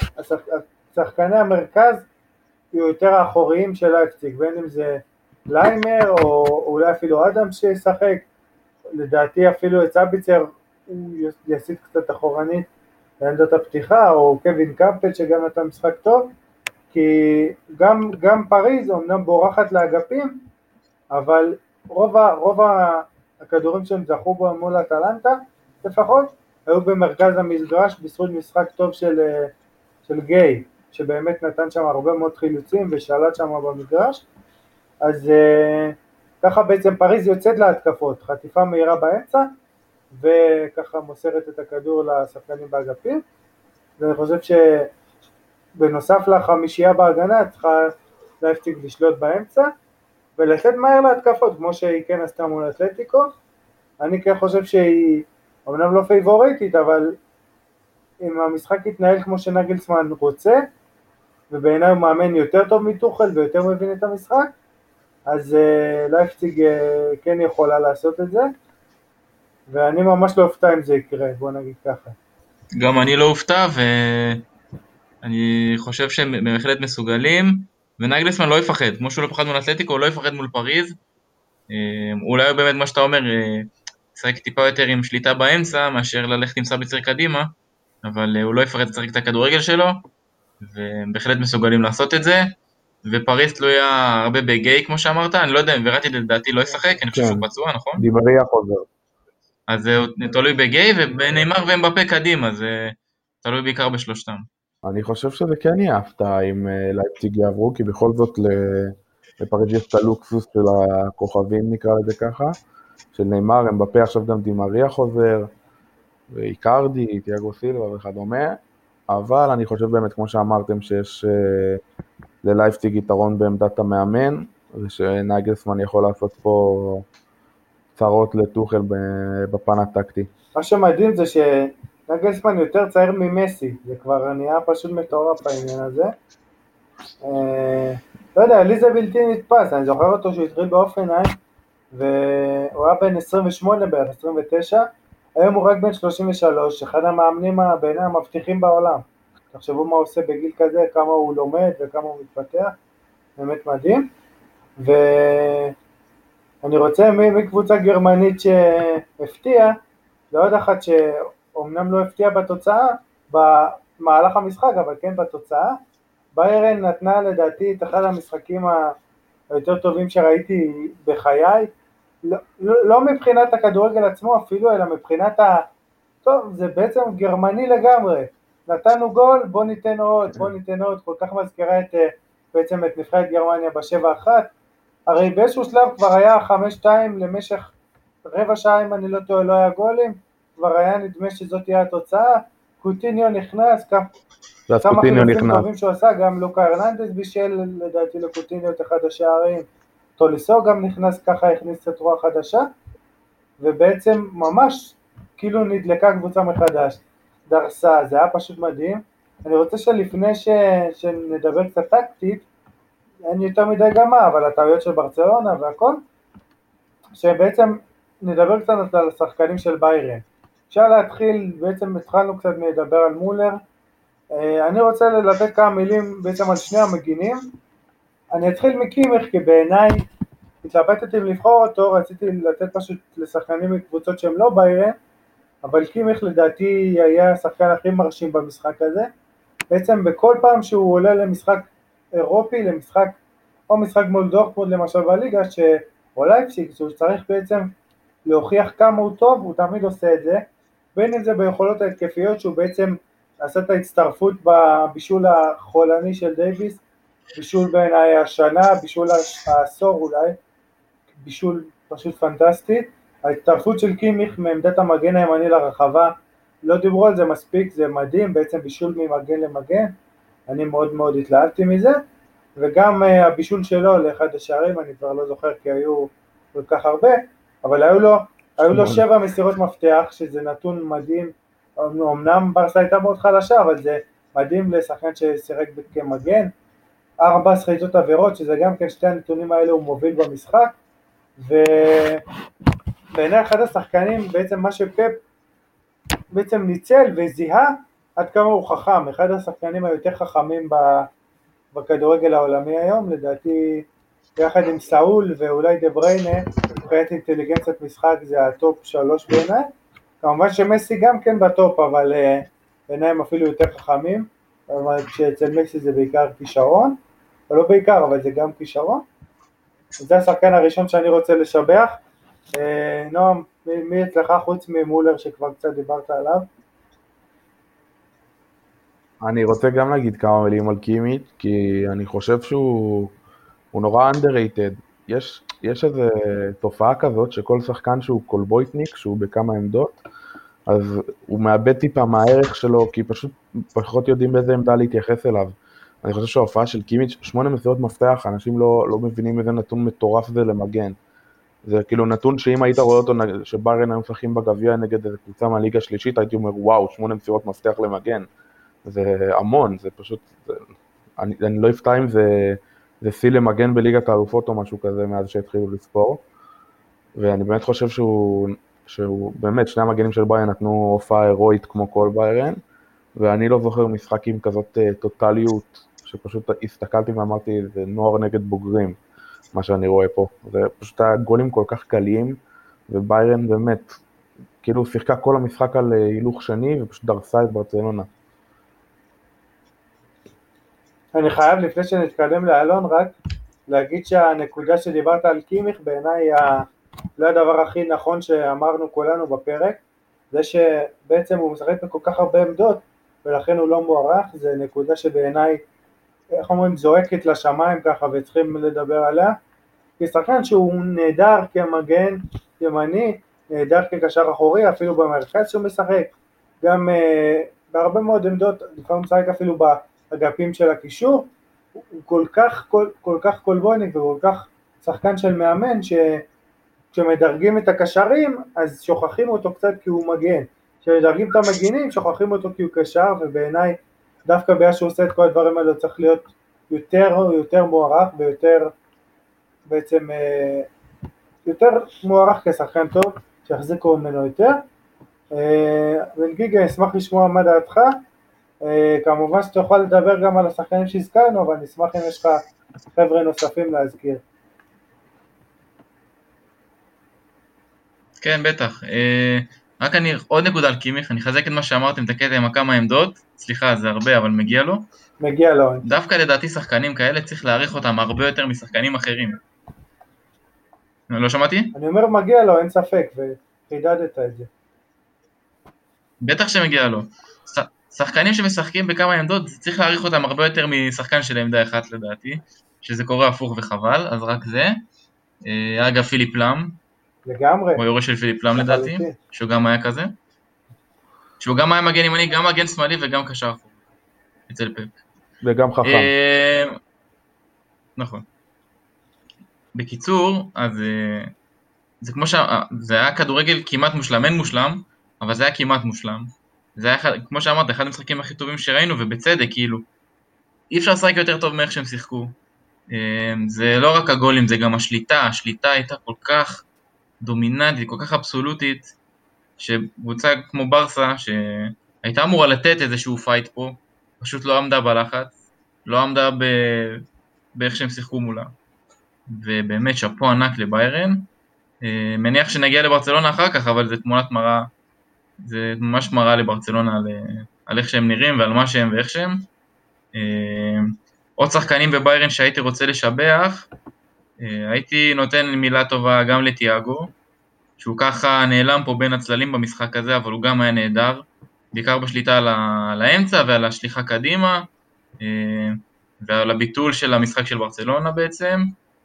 שחקני המרכז יהיו יותר האחוריים של לייפציג, בין אם זה ליימר או אולי אפילו אדם שישחק, לדעתי אפילו את סאביצר הוא יסיט קצת אחורנית, לעמדת הפתיחה, או קווין קמפל שגם נתן משחק טוב, כי גם, גם פריז אומנם בורחת לאגפים, אבל רוב, רוב הכדורים שהם זכו בו מול אטלנטה, לפחות, היו במרכז המגרש בזכות משחק טוב של, של גיי, שבאמת נתן שם הרבה מאוד חילוצים ושלט שם במגרש. אז ככה בעצם פריז יוצאת להתקפות, חטיפה מהירה באמצע, וככה מוסרת את הכדור לשחקנים באגפים, ואני חושב שבנוסף לחמישייה בהגנה, צריכה לייפציג לשלוט באמצע, ולצאת מהר להתקפות, כמו שהיא כן עשתה מול אתלטיקו. אני כן חושב שהיא, אמנם לא פייבוריטית, אבל אם המשחק יתנהל כמו שנגלסמן רוצה, ובעיניי הוא מאמן יותר טוב מטוחל ויותר מבין את המשחק, אז uh, לייפציג uh, כן יכולה לעשות את זה, ואני ממש לא אופתע אם זה יקרה, בוא נגיד ככה. גם אני לא אופתע, ואני חושב שהם בהחלט מסוגלים, ונגלסמן לא יפחד, כמו שהוא לא פחד מול אתלטיקו, הוא לא יפחד מול פריז, אולי באמת מה שאתה אומר, שחק טיפה יותר עם שליטה באמצע, מאשר ללכת עם סאביצר קדימה, אבל הוא לא יפחד לשחק את הכדורגל שלו, ובהחלט מסוגלים לעשות את זה, ופריז תלויה הרבה בגיי, כמו שאמרת, אני לא יודע, וראיתי לדעתי לא ישחק, אני חושב שהוא פצוע, נכון? דימריה חוזר. אז זה תלוי בגיי, ובניימר ואמבפה קדימה, זה תלוי בעיקר בשלושתם. אני חושב שזה כן יהיה הפתעה אם לייפציג יעברו, כי בכל זאת לפריז יש את הלוקסוס של הכוכבים, נקרא לזה ככה, של ניימר, אמבפה, עכשיו גם דימריה חוזר, ואיקרדי, תיאגו סילבה וכדומה, אבל אני חושב באמת, כמו שאמרתם, שיש ללייפציג יתרון בעמדת המאמן, ושנגלסמן יכול לעשות פה צרות לטוחל בפן הטקטי. מה שמדהים זה שנגלסמן יותר צעיר ממסי, זה כבר נהיה פשוט מטורף העניין הזה. לא יודע, לי זה בלתי נתפס, אני זוכר אותו שהוא התחיל באופנהיים, והוא היה בן עשרים ושמונה בערך, עשרים ותשע, היום הוא רק בן שלושים ושלוש, אחד המאמנים בעיניי המבטיחים בעולם. תחשבו מה הוא עושה בגיל כזה, כמה הוא לומד וכמה הוא מתפתח, באמת מדהים. ואני רוצה מקבוצה גרמנית שהפתיעה, לעוד אחת שאומנם לא הפתיעה בתוצאה, במהלך המשחק, אבל כן בתוצאה, ביירן נתנה לדעתי את אחד המשחקים היותר טובים שראיתי בחיי, לא, לא מבחינת הכדורגל עצמו אפילו, אלא מבחינת ה... טוב, זה בעצם גרמני לגמרי. נתנו גול, בוא ניתן עוד, בוא ניתן עוד, כל כך מזכירה את, בעצם את נבחרת גרמניה בשבע אחת, הרי באיזשהו שלב כבר היה חמש שתיים למשך רבע שעה, אם אני לא טועה, לא היה גולים, כבר היה נדמה שזאת תהיה התוצאה, קוטיניו נכנס, כמה חילופים טובים שהוא עשה, גם לוקה הרננדס בישל לדעתי לקוטיניו את אחד השערים, טוליסו גם נכנס, ככה הכניס את רוח חדשה, ובעצם ממש כאילו נדלקה קבוצה מחדש, דרסה, זה היה פשוט מדהים. אני רוצה שלפני ש... שנדבר קצת טקטית, אין יותר מדי גמה, אבל הטעויות של ברצלונה והכל, שבעצם נדבר קצת על השחקנים של ביירן. אפשר להתחיל, בעצם התחלנו קצת לדבר על מולר, אני רוצה לתת כמה מילים בעצם על שני המגינים. אני אתחיל מקימיך, כי בעיניי התלבטתי אם לבחור אותו, רציתי לתת פשוט לשחקנים מקבוצות שהם לא ביירן, אבל קימיך לדעתי היה השחקן הכי מרשים במשחק הזה. בעצם בכל פעם שהוא עולה למשחק אירופי, למשחק או משחק מול דורטמונד למשל בליגה, או לייפציג, שהוא צריך בעצם להוכיח כמה הוא טוב, הוא תמיד עושה את זה, בין אם זה ביכולות ההתקפיות, שהוא בעצם עשה את ההצטרפות בבישול החולני של דייביס, בישול בעיניי השנה, בישול העשור אולי, בישול פשוט פנטסטי. ההצטרפות של קימיך מעמדת המגן הימני לרחבה, לא דיברו על זה מספיק, זה מדהים, בעצם בישול ממגן למגן, אני מאוד מאוד התלהבתי מזה, וגם הבישול שלו לאחד השערים, אני כבר לא זוכר כי היו כל כך הרבה, אבל היו לו, היו לו שבע מסירות מפתח, שזה נתון מדהים, אמנם ברסה הייתה מאוד חלשה, אבל זה מדהים לשחקן ששיחק כמגן, ארבע סחיטות עבירות, שזה גם כן שתי הנתונים האלה הוא מוביל במשחק, ובעיני אחד השחקנים, בעצם מה שפפ בעצם ניצל וזיהה, עד כמה הוא חכם, אחד השחקנים היותר חכמים בכדורגל העולמי היום, לדעתי יחד עם סאול ואולי דה בריינה, מבחינת אינטליגנציית משחק זה הטופ שלוש בעיניי, כמובן שמסי גם כן בטופ, אבל בעיניים אפילו יותר חכמים, כשאצל מסי זה בעיקר כישרון, או לא בעיקר, אבל זה גם כישרון. זה השחקן הראשון שאני רוצה לשבח. נועם, מי אצלך חוץ ממולר שכבר קצת דיברת עליו? אני רוצה גם להגיד כמה מילים על קימיץ', כי אני חושב שהוא הוא נורא underrated. יש, יש איזו תופעה כזאת שכל שחקן שהוא קולבויטניק, שהוא בכמה עמדות, אז הוא מאבד טיפה מהערך שלו, כי פשוט פחות יודעים באיזה עמדה להתייחס אליו. אני חושב שההופעה של קימיץ', שמונה מסירות מפתח, אנשים לא, לא מבינים איזה נתון מטורף זה למגן. זה כאילו נתון שאם היית רואה אותו, שביירן היו משחקים בגביע נגד איזו קבוצה מהליגה השלישית, הייתי אומר וואו, שמונה מסירות מפתח למגן. זה המון, זה פשוט, זה, אני, אני לא אפתע אם זה, זה שיא למגן בליגת האלופות או משהו כזה מאז שהתחילו לספור. ואני באמת חושב שהוא, שהוא באמת, שני המגנים של ביירן נתנו הופעה הירואית כמו כל ביירן, ואני לא זוכר משחק עם כזאת טוטליות, שפשוט הסתכלתי ואמרתי, זה נוער נגד בוגרים, מה שאני רואה פה. זה פשוט היה גולים כל כך קלים, וביירן באמת, כאילו שיחקה כל המשחק על הילוך שני, ופשוט דרסה את ברצלונה. אני חייב לפני שנתקדם לאלון רק להגיד שהנקודה שדיברת על קימיך בעיניי לא הדבר הכי נכון שאמרנו כולנו בפרק, זה שבעצם הוא משחק בכל כך הרבה עמדות ולכן הוא לא מוערך. זה נקודה שבעיניי, איך אומרים, זועקת לשמיים ככה וצריכים לדבר עליה, כי שחקן שהוא נהדר כמגן ימני, נהדר כקשר אחורי, אפילו במרכז שהוא משחק, גם uh, בהרבה מאוד עמדות, לפעמים משחק אפילו באגפים של הקישור, הוא כל כך, כל, כל כך קולבויניק וכל כך שחקן של מאמן, שכשמדרגים את הקשרים אז שוכחים אותו קצת כי הוא מגן, כשמדרגים את המגינים שוכחים אותו כי הוא קשר, ובעיניי דווקא בגלל שהוא עושה את כל הדברים האלה צריך להיות יותר, יותר מוערך ויותר בעצם יותר מוערך כשחקן טוב שיחזיקו ממנו יותר. בן גיגה, אשמח לשמוע מה דעתך, כמובן שאתה יכול לדבר גם על השחקנים שהזכרנו, אבל נשמח אם יש לך חבר'ה נוספים להזכיר. כן, בטח. רק אני, עוד נקודה על קימיך, אני חזק את מה שאמרתם, את הקטע עם כמה עמדות, סליחה, זה הרבה, אבל מגיע לו. מגיע לו. דווקא לדעתי שחקנים כאלה צריך להעריך אותם הרבה יותר משחקנים אחרים. לא שמעתי? אני אומר מגיע לו, אין ספק, וחידדת את זה. בטח שמגיע לו. שחקנים שמשחקים בכמה עמדות, צריך להעריך אותם הרבה יותר משחקן של עמדה אחת לדעתי, שזה קורה הפוך וחבל, אז רק זה. אגב, פיליפ לם. לגמרי. הוא יורש של פיליפ לם לדעתי, שהוא גם היה כזה. שהוא גם היה מגן ימני, גם מגן שמאלי וגם קשר אחורי. אצל פפ. וגם חכם. נכון. בקיצור, אז זה כמו ש... זה היה כדורגל כמעט מושלם, אין מושלם, אבל זה היה כמעט מושלם. זה היה, כמו שאמרת, אחד המשחקים הכי טובים שראינו, ובצדק, כאילו. אי אפשר לשחק יותר טוב מאיך שהם שיחקו. זה לא רק הגולים, זה גם השליטה. השליטה הייתה כל כך דומיננטית, כל כך אבסולוטית, שקבוצה כמו ברסה, שהייתה אמורה לתת איזשהו פייט פה, פשוט לא עמדה בלחץ, לא עמדה ב... באיך שהם שיחקו מולה. ובאמת שפו ענק לביירן. מניח שנגיע לברצלונה אחר כך, אבל זה תמונת מראה, זה ממש מראה לברצלונה על, על איך שהם נראים ועל מה שהם ואיך שהם. עוד שחקנים בביירן שהייתי רוצה לשבח, הייתי נותן מילה טובה גם לתיאגו, שהוא ככה נעלם פה בין הצללים במשחק הזה, אבל הוא גם היה נהדר, בעיקר בשליטה על האמצע ועל השליחה קדימה, ועל הביטול של המשחק של ברצלונה בעצם,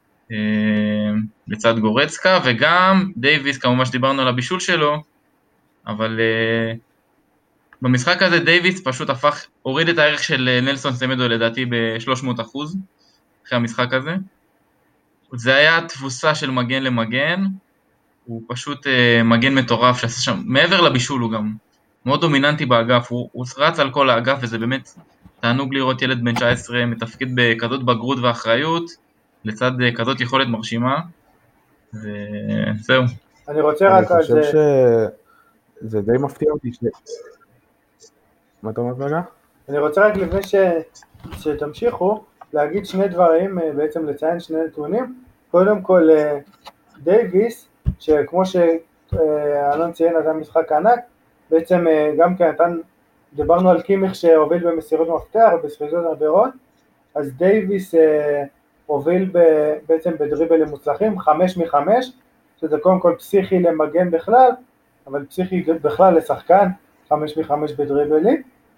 לצד גורצקה, וגם דייביס, כמובן שדיברנו על הבישול שלו, אבל במשחק הזה דייביס פשוט הפך, הוריד את הערך של נלסון סמדו לדעתי ב-שלוש מאות אחוז, אחרי המשחק הזה. זה היה תבוסה של מגן למגן, הוא פשוט מגן מטורף שעשה שם, מעבר לבישול הוא גם מאוד דומיננטי באגף, הוא, הוא רץ על כל האגף, וזה באמת תענוג לראות ילד בן תשע עשרה מתפקיד בכזאת בגרות ואחריות, לצד כזאת יכולת מרשימה, וזהו. אני רוצה רק על זה... אני חושב שזה די מפתיע אותי ש... מה אתה אומר רגע? אני רוצה רק לפני ש... שתמשיכו, להגיד שני דברים, בעצם לציין שני נתונים. קודם כל, דייביס, שכמו שאלון ציין, נתן משחק ענק, בעצם גם כן נתן, דיברנו על קימיך שהוביל במסירות מפתח, בסחיטות עבירות, אז דייביס הוביל בעצם בדריבלים מוצלחים, חמש מחמש, שזה קודם כל פסיכי למגן בכלל, אבל פסיכי בכלל לשחקן, חמש מחמש בדריבלים,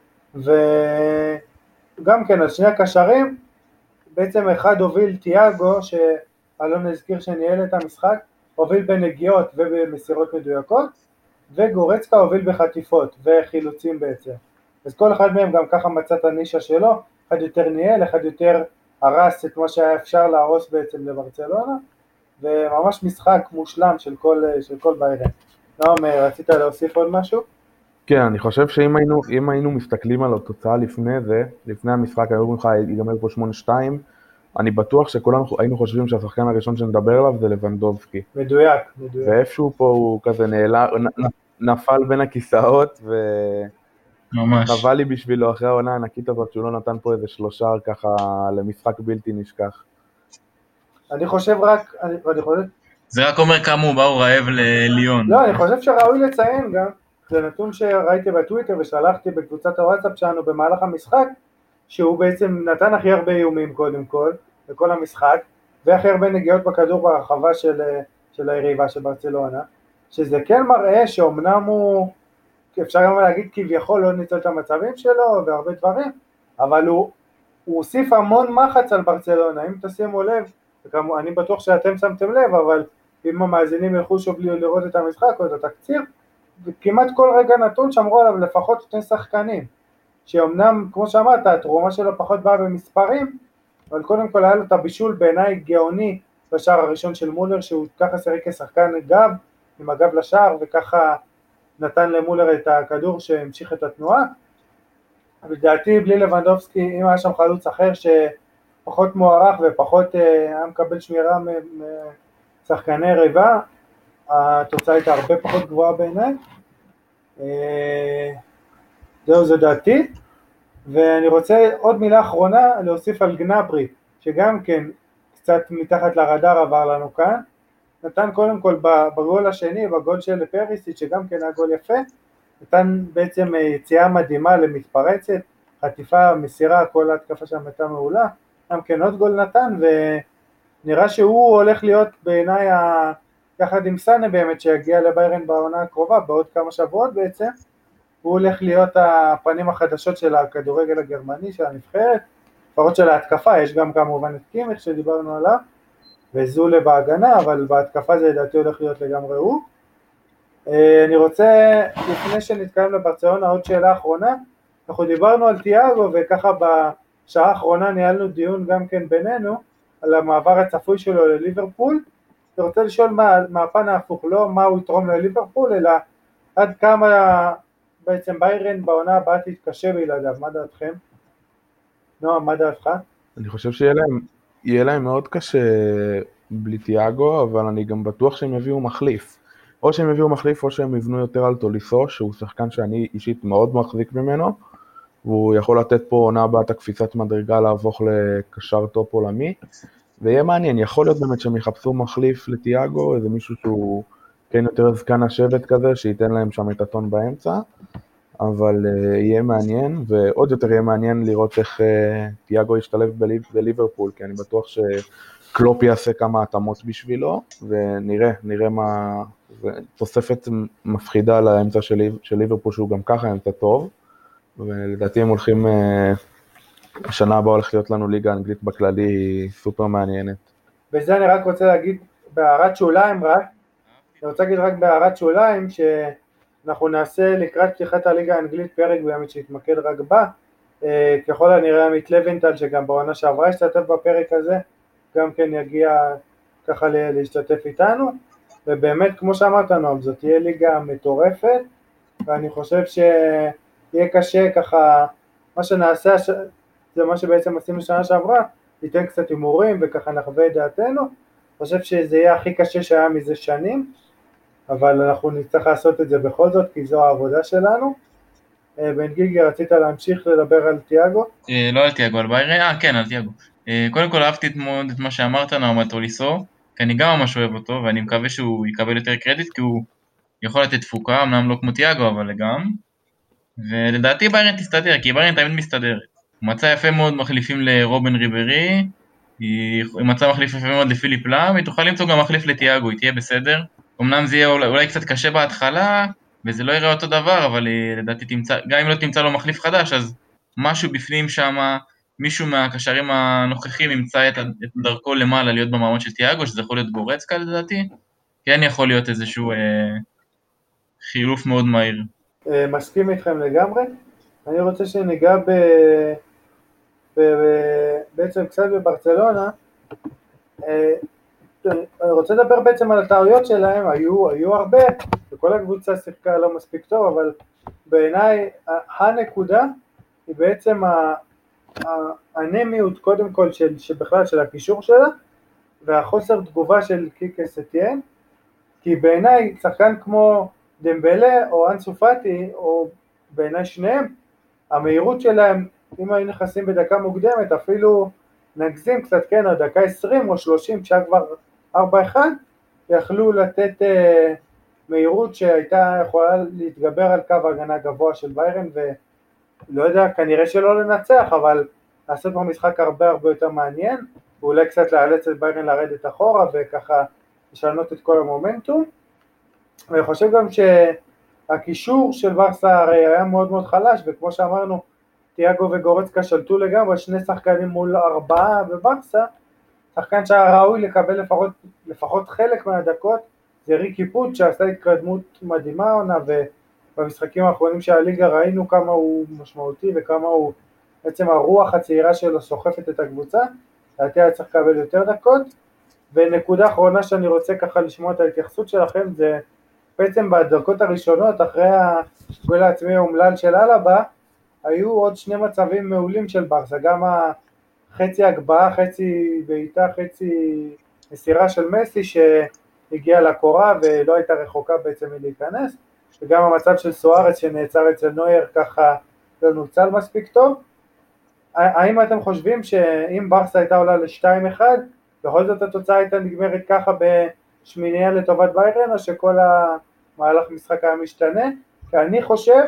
וגם כן על שני הקשרים, בעצם אחד הוביל תיאגו, שאלון הזכיר שניהל את המשחק, הוביל בנגיעות ובמסירות מדויקות, וגורצקה הוביל בחטיפות וחילוצים בעצם. אז כל אחד מהם גם ככה מצא את הנישה שלו, אחד יותר ניהל, אחד יותר הרס את מה שהיה אפשר להרוס בעצם לברצלונה, וממש משחק מושלם של כל, של כל ביירן. נועם, רצית להוסיף עוד משהו? כן, אני חושב שאם היינו, אם היינו מסתכלים על התוצאה לפני זה, לפני המשחק, היו ממך ייגמר פה שמונה שתיים, אני בטוח שכולנו היינו חושבים שהשחקן הראשון שנדבר עליו זה לבנדובסקי. מדויק, מדויק. ואיפשהו פה הוא כזה נעלה, נפל בין הכיסאות, וחבל לי בשבילו אחרי העונה הענקית הזאת, שהוא לא נתן פה איזה שלושה ככה למשחק בלתי נשכח. אני חושב רק, אני, אני חושב... זה רק אומר כמה הוא באו רעב לליון. לא, אני חושב שראוי לציין גם, זה נתון שראיתי בטוויטר ושלחתי בקבוצת הוואטסאפ שלנו במהלך המשחק, שהוא בעצם נתן הכי הרבה איומים קודם כל, בכל המשחק, והכי הרבה נגיעות בכדור ברחבה של, של היריבה של ברצלונה, שזה כן מראה שאומנם הוא, אפשר גם להגיד כביכול לא ניצל את המצבים שלו והרבה דברים, אבל הוא, הוא הוסיף המון מחץ על ברצלונה, אם תשימו לב, וכמו, אני בטוח שאתם שמתם לב, אבל אם המאזינים ילכו שוב לראות את המשחק או את התקציר, כמעט כל רגע נתון שמרו עליו לפחות שני שחקנים, שאומנם, כמו שאמרת, התרומה שלו פחות באה במספרים, אבל קודם כל היה לו את הבישול בעיניי גאוני בשער הראשון של מולר, שהוא ככה שיחק כשחקן גב, עם הגב לשער, וככה נתן למולר את הכדור שהמשיך את התנועה. לדעתי, בלי לבנדובסקי, אם היה שם חלוץ אחר שפחות מוערך ופחות היה מקבל שמירה משחקני ריבה, התוצאה הייתה הרבה פחות גבוהה בעיניי. זהו, זה דעתי. ואני רוצה עוד מילה אחרונה להוסיף על גנברי, שגם כן קצת מתחת לרדאר עבר לנו כאן, נתן קודם כל בגול השני, בגול של פריסיץ' שגם כן היה גול יפה, נתן בעצם יציאה מדהימה למתפרצת, חטיפה, מסירה, כל ההתקפה שם הייתה מעולה, גם כן עוד גול נתן, ונראה שהוא הולך להיות בעיניי ה... יחד עם סאנה באמת שיגיע לביירן בעונה הקרובה, בעוד כמה שבועות בעצם, הוא הולך להיות הפנים החדשות של הכדורגל הגרמני, של הנבחרת, לפחות של ההתקפה, יש גם כמובן את קימיך שדיברנו עליו, וזולה בהגנה, אבל בהתקפה זה לדעתי הולך להיות לגמרי הוא. אני רוצה, לפני שנתקיים לברצלונה, עוד שאלה אחרונה, אנחנו דיברנו על תיאגו, וככה בשעה האחרונה ניהלנו דיון גם כן בינינו, על המעבר הצפוי שלו לליברפול, אני רוצה לשאול מה, מהפן ההפוך, לא מה הוא יתרום לליברפול, אלא עד כמה בעצם ביירן בעונה הבאה תתקשה בלעדיו, מה דעתכם? נועם, מה דעתך? אני חושב שיהיה להם, יהיה להם מאוד קשה בלי תיאגו, אבל אני גם בטוח שהם יביאו מחליף. או שהם יביאו מחליף, או שהם יבנו יותר על טוליסו, שהוא שחקן שאני אישית מאוד מחזיק ממנו, והוא יכול לתת פה עונה הבאה את הקפיצת מדרגה להפוך לקשר טופ עולמי, ויהיה מעניין, יכול להיות באמת שהם יחפשו מחליף לתיאגו, איזה מישהו שהוא כן יותר זקן השבט כזה, שייתן להם שם את הטון באמצע, אבל uh, יהיה מעניין, ועוד יותר יהיה מעניין לראות איך uh, תיאגו ישתלב בליב, בליברפול, כי אני בטוח שקלופ יעשה כמה התאמות בשבילו, ונראה, נראה מה, תוספת מפחידה לאמצע של, של ליברפול, שהוא גם ככה אמצע טוב, ולדעתי הם הולכים, uh, השנה הבאה הולך להיות לנו ליגה אנגלית בכללי סופר מעניינת. בזה אני רק רוצה להגיד, בהערת שוליים רק, אני רוצה להגיד רק בהערת שוליים, ש... אנחנו נעשה לקראת פתיחת הליגה האנגלית פרק באמת שהתמקד רק בה, ככל הנראה עמית לוינטל שגם בעונה שעברה השתתף בפרק הזה, גם כן יגיע ככה להשתתף איתנו, ובאמת כמו שאמרת נועם, זאת תהיה ליגה מטורפת, ואני חושב שיהיה קשה ככה, מה שנעשה זה מה שבעצם עשינו שנה שעברה, ניתן קצת הימורים וככה נחווה את דעתנו, אני חושב שזה יהיה הכי קשה שהיה מזה שנים, אבל אנחנו נצטרך לעשות את זה בכל זאת, כי זו העבודה שלנו. בן גיגי, רצית להמשיך לדבר על תיאגו? לא על תיאגו, על ביירן, אה כן, על תיאגו. קודם כל אהבתי מאוד את מה שאמרת, נעם טוליסו, כי אני גם ממש אוהב אותו, ואני מקווה שהוא יקבל יותר קרדיט, כי הוא יכול לתת תפוקה, אמנם לא כמו תיאגו, אבל גם. ולדעתי ביירן תסתדר, כי ביירן תמיד מסתדרת. הוא מצא יפה מאוד מחליפים לרובן ריברי, היא מצא מחליף יפה מאוד לפיליפ לאם, היא תוכל למצוא גם מחליף לתיאגו, היא תהיה בסדר. אמנם זה יהיה אולי, אולי קצת קשה בהתחלה, וזה לא יראה אותו דבר, אבל אה, לדעתי תמצא, גם אם לא תמצא לו מחליף חדש, אז משהו בפנים שם, מישהו מהקשרים הנוכחים ימצא את, את דרכו למעלה להיות במעמד של תיאגו, שזה יכול להיות גורצקה לדעתי, כן יכול להיות איזשהו אה, חילוף מאוד מהיר. אה, מסכים איתכם לגמרי. אני רוצה שניגע ב... ב... בעצם קצת בברצלונה. אה, אני רוצה לדבר בעצם על הטעויות שלהם, היו, היו הרבה, וכל הקבוצה שיחקה לא מספיק טוב, אבל בעיניי הנקודה היא בעצם האנמיות קודם כל של, שבכלל של הקישור שלה, והחוסר תגובה של קיקה סטיין, כי בעיניי שחקן כמו דמבלה או אנסו פאטי, או בעיניי שניהם, המהירות שלהם, אם היו נכנסים בדקה מוקדמת, אפילו נגזים קצת, כן, הדקה עשרים או שלושים, כשהיה כבר ארבע אחד, יכלו לתת אה, מהירות שהייתה יכולה להתגבר על קו ההגנה גבוה של ביירן, ולא יודע, כנראה שלא לנצח, אבל לעשות במשחק הרבה הרבה יותר מעניין, ואולי קצת לאלץ את ביירן לרדת אחורה, וככה לשנות את כל המומנטום. ואני חושב גם שהקישור של ברסה הרי היה מאוד מאוד חלש, וכמו שאמרנו, תיאגו וגורצקה שלטו לגמרי, שני שחקנים מול ארבעה בברסה, שחקן שהיה ראוי לקבל לפחות, לפחות חלק מהדקות, זה ריקי פוט שעשה התקדמות מדהימה עונה, ובמשחקים האחרונים של הליגה ראינו כמה הוא משמעותי וכמה הוא, בעצם הרוח הצעירה שלו סוחפת את הקבוצה, לדעתי היה צריך לקבל יותר דקות. ונקודה אחרונה שאני רוצה ככה לשמוע את ההתייחסות שלכם, זה בעצם בדקות הראשונות, אחרי הגול העצמי האומלל של אלבה, היו עוד שני מצבים מעולים של ברסה, גם החצי הגבהה, חצי בעיטה, חצי מסירה של מסי שהגיע לקורה ולא הייתה רחוקה בעצם מלהיכנס, וגם המצב של סוארץ שנעצר אצל נויר ככה לא נוצל מספיק טוב. האם אתם חושבים שאם ברסה הייתה עולה ל-שתיים אחד, בכל זאת התוצאה הייתה נגמרת ככה בשמיניה לטובת ביירן, או שכל המהלך משחק היה משתנה? כי אני חושב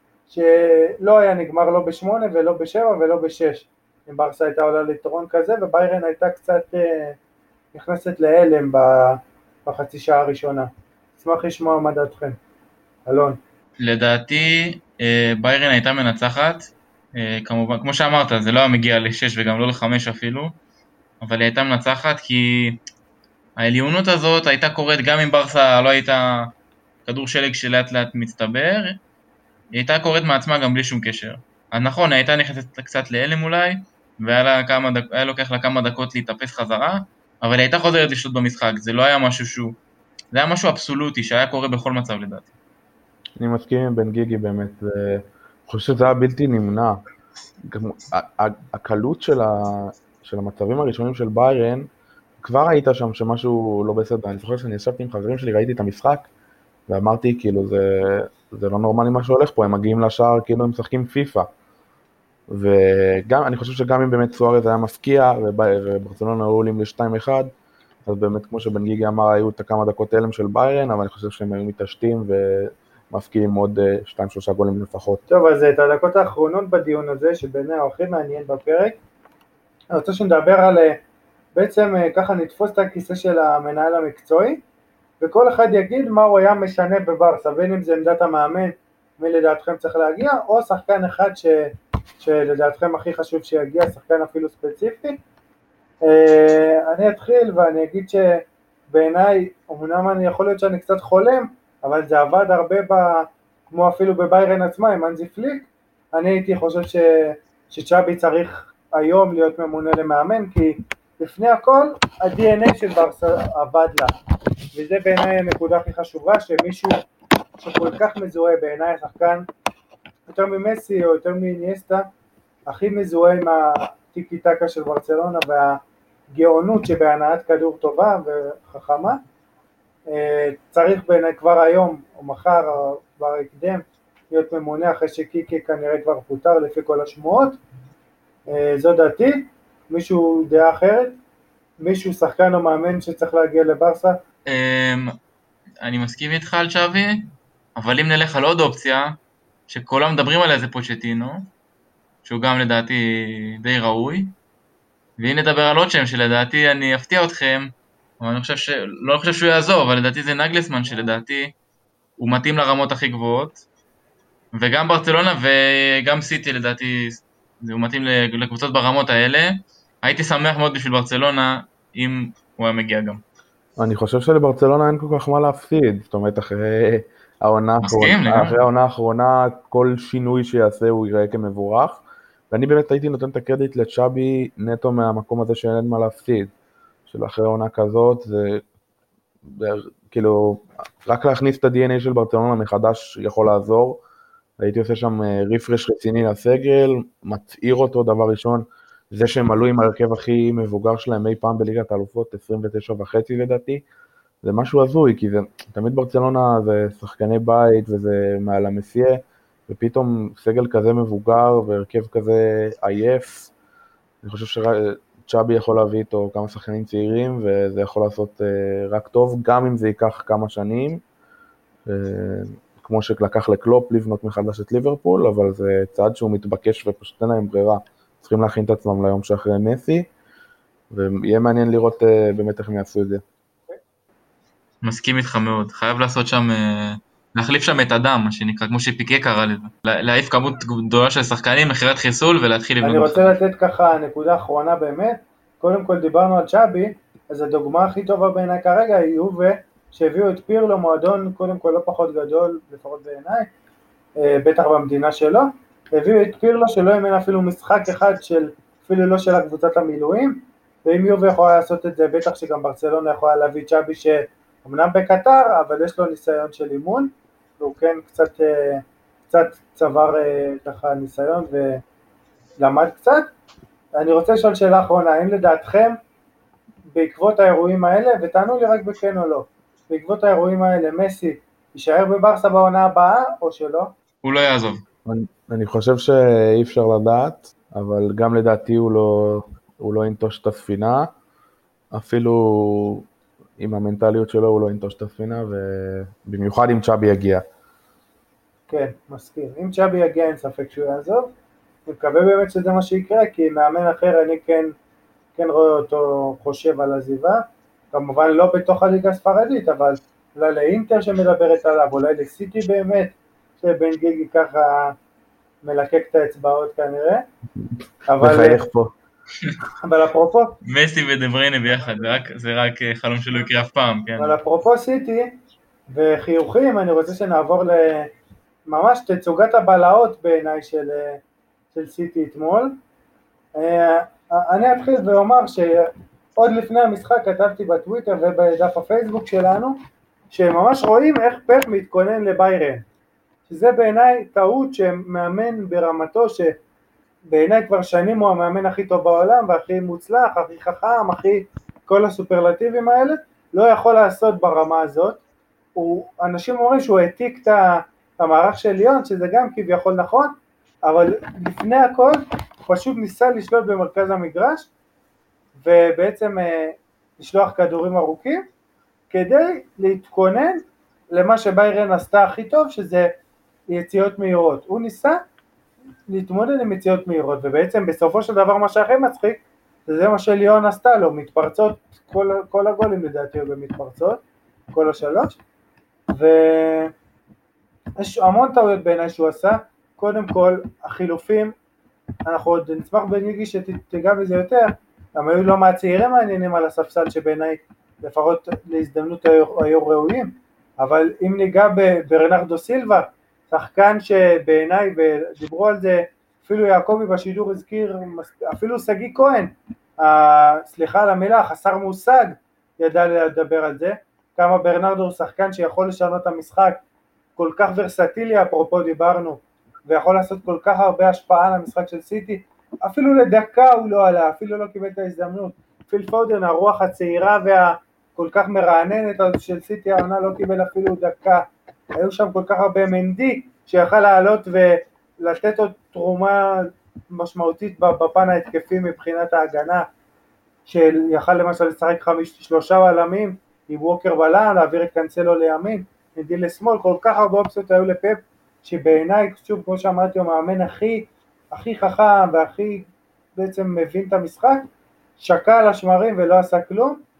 שלא היה נגמר לא בשמונה ולא בשבע ולא בשש, אם ברסה הייתה עולה ליתרון כזה, וביירן הייתה קצת אה, נכנסת להלם בחצי שעה הראשונה. אשמח לשמוע מה דעתכם. אלון. לדעתי ביירן הייתה מנצחת, כמובן, כמו שאמרת, זה לא היה מגיע לשש וגם לא לחמש אפילו, אבל היא הייתה מנצחת כי העליונות הזאת הייתה קורית גם אם ברסה לא הייתה כדור שלג שלאט לאט מצטבר, היא הייתה קורית מעצמה גם בלי שום קשר. אז נכון, היא הייתה נכנסת קצת להלם אולי, והיה לה כמה דק... היה לוקח לה כמה דקות להתאפס חזרה, אבל היא הייתה חוזרת לשלוט במשחק, זה לא היה משהו שהוא, זה היה משהו אבסולוטי שהיה קורה בכל מצב לדעתי. אני מסכים עם בן גיגי באמת, אני חושב שזה היה בלתי נמנע. הקלות של, ה... של המצבים הראשונים של ביירן, כבר היית שם שמשהו לא בסדר. אני זוכר שאני ישבתי עם חברים שלי, ראיתי את המשחק, ואמרתי כאילו זה, זה לא נורמלי מה שהולך פה, הם מגיעים לשער כאילו הם משחקים פיפה. וגם, אני חושב שגם אם באמת סוארז היה מפקיע, וברצלונה היו עולים ל-שתיים אחד, אז באמת כמו שבן גיגי אמר, היו את הכמה דקות הלם של ביירן, אבל אני חושב שהם היו מתעשתים ומפקיעים עוד שתיים שלושה גולים לפחות. טוב, אז את הדקות האחרונות בדיון הזה, שבעיניי הוא הכי מעניין בפרק, אני רוצה שנדבר על, בעצם ככה נתפוס את הכיסא של המנהל המקצועי, וכל אחד יגיד מה הוא היה משנה בברסה, בין אם זה עמדת המאמן, מי לדעתכם צריך להגיע, או שחקן אחד ש... שלדעתכם הכי חשוב שיגיע, שחקן אפילו ספציפי. אני אתחיל ואני אגיד שבעיניי, אמנם אני יכול להיות שאני קצת חולם, אבל זה עבד הרבה ב... כמו אפילו בביירן עצמה עם אנזי פליק. אני הייתי חושב ש... שצ'אבי צריך היום להיות ממונה למאמן, כי לפני הכל ה-די אן איי של ברסה עבד לה, וזה בעיניי הנקודה הכי חשובה, שמישהו שכל כך מזוהה בעיניי השחקן יותר ממסי או יותר מאיניאסטה, הכי מזוהה עם הטיקי טקה של ברצלונה והגאונות שבהנעת כדור טובה וחכמה, צריך בעיניי כבר היום או מחר או כבר הקדם להיות ממונה, אחרי שקיקי כנראה כבר פוטר לפי כל השמועות. זו דעתי. מישהו דעה אחרת? מישהו שחקן או מאמן שצריך להגיע לברסה? אני מסכים איתך על צ'אבי, אבל אם נלך על עוד אופציה שכולם מדברים עליה זה פוצ'טינו, שהוא גם לדעתי די ראוי, ואם נדבר על עוד שם שלדעתי אני אפתיע אתכם, אבל אני חושב ש... לא חושב שהוא יעזור, אבל לדעתי זה נגלסמן שלדעתי הוא מתאים לרמות הכי גבוהות, וגם ברצלונה וגם סיטי לדעתי הוא מתאים לקבוצות ברמות האלה. הייתי שמח מאוד בשביל ברצלונה אם הוא היה מגיע גם. אני חושב שלברצלונה אין כל כך מה להפסיד, זאת אומרת אחרי העונה האחרונה, אחרי העונה האחרונה כל שינוי שיעשה הוא יראה כמבורך, ואני באמת הייתי נותן את הקרדיט לצ'אבי נטו מהמקום הזה שאין מה להפסיד, של אחרי העונה כזאת, זה, זה כאילו רק להכניס את ה-די אן איי של ברצלונה מחדש יכול לעזור, הייתי עושה שם ריפרש רציני לסגל, מצעיר אותו דבר ראשון, זה שהם עלו עם הרכב הכי מבוגר שלהם אי פעם בליגת האלופות, עשרים ותשע וחצי לדעתי, זה משהו הזוי, כי זה, תמיד ברצלונה זה שחקני בית וזה מעל המסיה, ופתאום סגל כזה מבוגר והרכב כזה עייף, אני חושב שצ'אבי יכול להביא איתו כמה שחקנים צעירים, וזה יכול לעשות רק טוב, גם אם זה ייקח כמה שנים, כמו שלקח לקלופ לבנות מחדש את ליברפול, אבל זה צעד שהוא מתבקש ופשוט אין להם ברירה. צריכים להכין את עצמם ליום שאחרי מסי, ויהיה מעניין לראות באמת איך הם יעשו את זה. מסכים איתך מאוד, חייב לעשות שם, להחליף שם את הדם, מה שנקרא, כמו שפיקה קרא לזה. להעיף כמות גדולה של שחקנים, מחירת חיסול ולהתחיל לבנות. אני רוצה לתת ככה נקודה אחרונה באמת, קודם כל דיברנו על צ'אבי, אז הדוגמה הכי טובה בעיניי כרגע היא יובה, שהביאו את פירלו, מועדון קודם כל לא פחות גדול, לפחות בעיניי, בטח במדינה שלו, הביאו את פירלו שלא ימין אפילו משחק אחד של, אפילו לא של הקבוצת המילואים, ואם יובה יכולה לעשות את זה, בטח שגם ברצלונה יכולה להביא צ'אבי שאומנם בקטר, אבל יש לו ניסיון של אימון, והוא כן קצת, קצת צבר ככה ניסיון ולמד קצת. אני רוצה לשאול שאלה אחרונה, האם לדעתכם, בעקבות האירועים האלה, ותענו לי רק בכן או לא, בעקבות האירועים האלה, מסי יישאר בברסה בעונה הבאה או שלא? הוא לא יעזוב. אני, אני חושב שאי אפשר לדעת, אבל גם לדעתי הוא לא, הוא לא ינטוש את הספינה, אפילו עם המנטליות שלו הוא לא ינטוש את הספינה, ובמיוחד אם צ'אבי יגיע. כן, מסכים. אם צ'אבי יגיע אין ספק שהוא יעזוב, אני מקווה באמת שזה מה שיקרה, כי מאמן אחר אני כן, כן רואה אותו חושב על עזיבה, כמובן לא בתוך הליגה הספרדית, אבל אולי לאינטר שמדברת עליו, אולי לסיטי באמת, שבן גיגי ככה מלקק את האצבעות כנראה, אבל, מחייך פה. אבל אפרופו, מסי ודבריינה ביחד, זה רק, זה רק חלום שלא יקרה אף פעם, כן. אבל אפרופו סיטי וחיוכים, אני רוצה שנעבור לממש תצוגת הבלהות בעיניי של, של סיטי אתמול. אני אתחיל ואומר שעוד לפני המשחק כתבתי בטוויטר ובדף הפייסבוק שלנו, שממש רואים איך פפ מתכונן לביירן, שזה בעיניי טעות שמאמן ברמתו, שבעיניי כבר שנים הוא המאמן הכי טוב בעולם, והכי מוצלח, הכי חכם, הכי כל הסופרלטיבים האלה, לא יכול לעשות ברמה הזאת. הוא, אנשים אומרים שהוא העתיק את המערך של ליון, שזה גם כביכול נכון, אבל לפני הכל הוא פשוט ניסה לשלוט במרכז המגרש, ובעצם אה, לשלוח כדורים ארוכים, כדי להתכונן למה שביירן עשתה הכי טוב, שזה יציאות מהירות. הוא ניסה להתמודד עם יציאות מהירות, ובעצם בסופו של דבר מה שהכי מצחיק, זה מה שליון עשתה לו, מתפרצות, כל, כל הגולים לדעתי הוא במתפרצות, כל השלוש, ויש המון טעויות בעיניי שהוא עשה. קודם כל, החילופים, אנחנו עוד נשמח בניגי שתיגע בזה יותר, גם היו לא מהצעירים מעניינים על הספסל שבעיניי לפחות להזדמנות היו ראויים, אבל אם ניגע ברנרדו סילבה, שחקן שבעיניי, ודיברו על זה, אפילו יעקובי בשידור הזכיר, אפילו סגי כהן, סליחה על המילה, חסר מושג, ידע לדבר על זה, כמה ברנרדו הוא שחקן שיכול לשנות את המשחק, כל כך ורסטילי, אפרופו דיברנו, ויכול לעשות כל כך הרבה השפעה על המשחק של סיטי, אפילו לדקה הוא לא עלה, אפילו לא קיבל את ההזדמנות. פיל פודן, הרוח הצעירה והכל כך מרעננת של סיטי העונה, לא קיבל אפילו דקה. היו שם כל כך הרבה מנדי שיכל לעלות ולתת עוד תרומה משמעותית בפן ההתקפי מבחינת ההגנה, שיכל למשל לשחק חמיש, שלושה בלמים עם ווקר בלם, להעביר את קנסלו לימין, מנדי לשמאל. כל כך הרבה אופציות היו לפפ, שבעיניי, שוב כמו שאמרתי, הוא מאמן הכי הכי חכם והכי בעצם מבין את המשחק, שקע על השמרים ולא עשה כלום,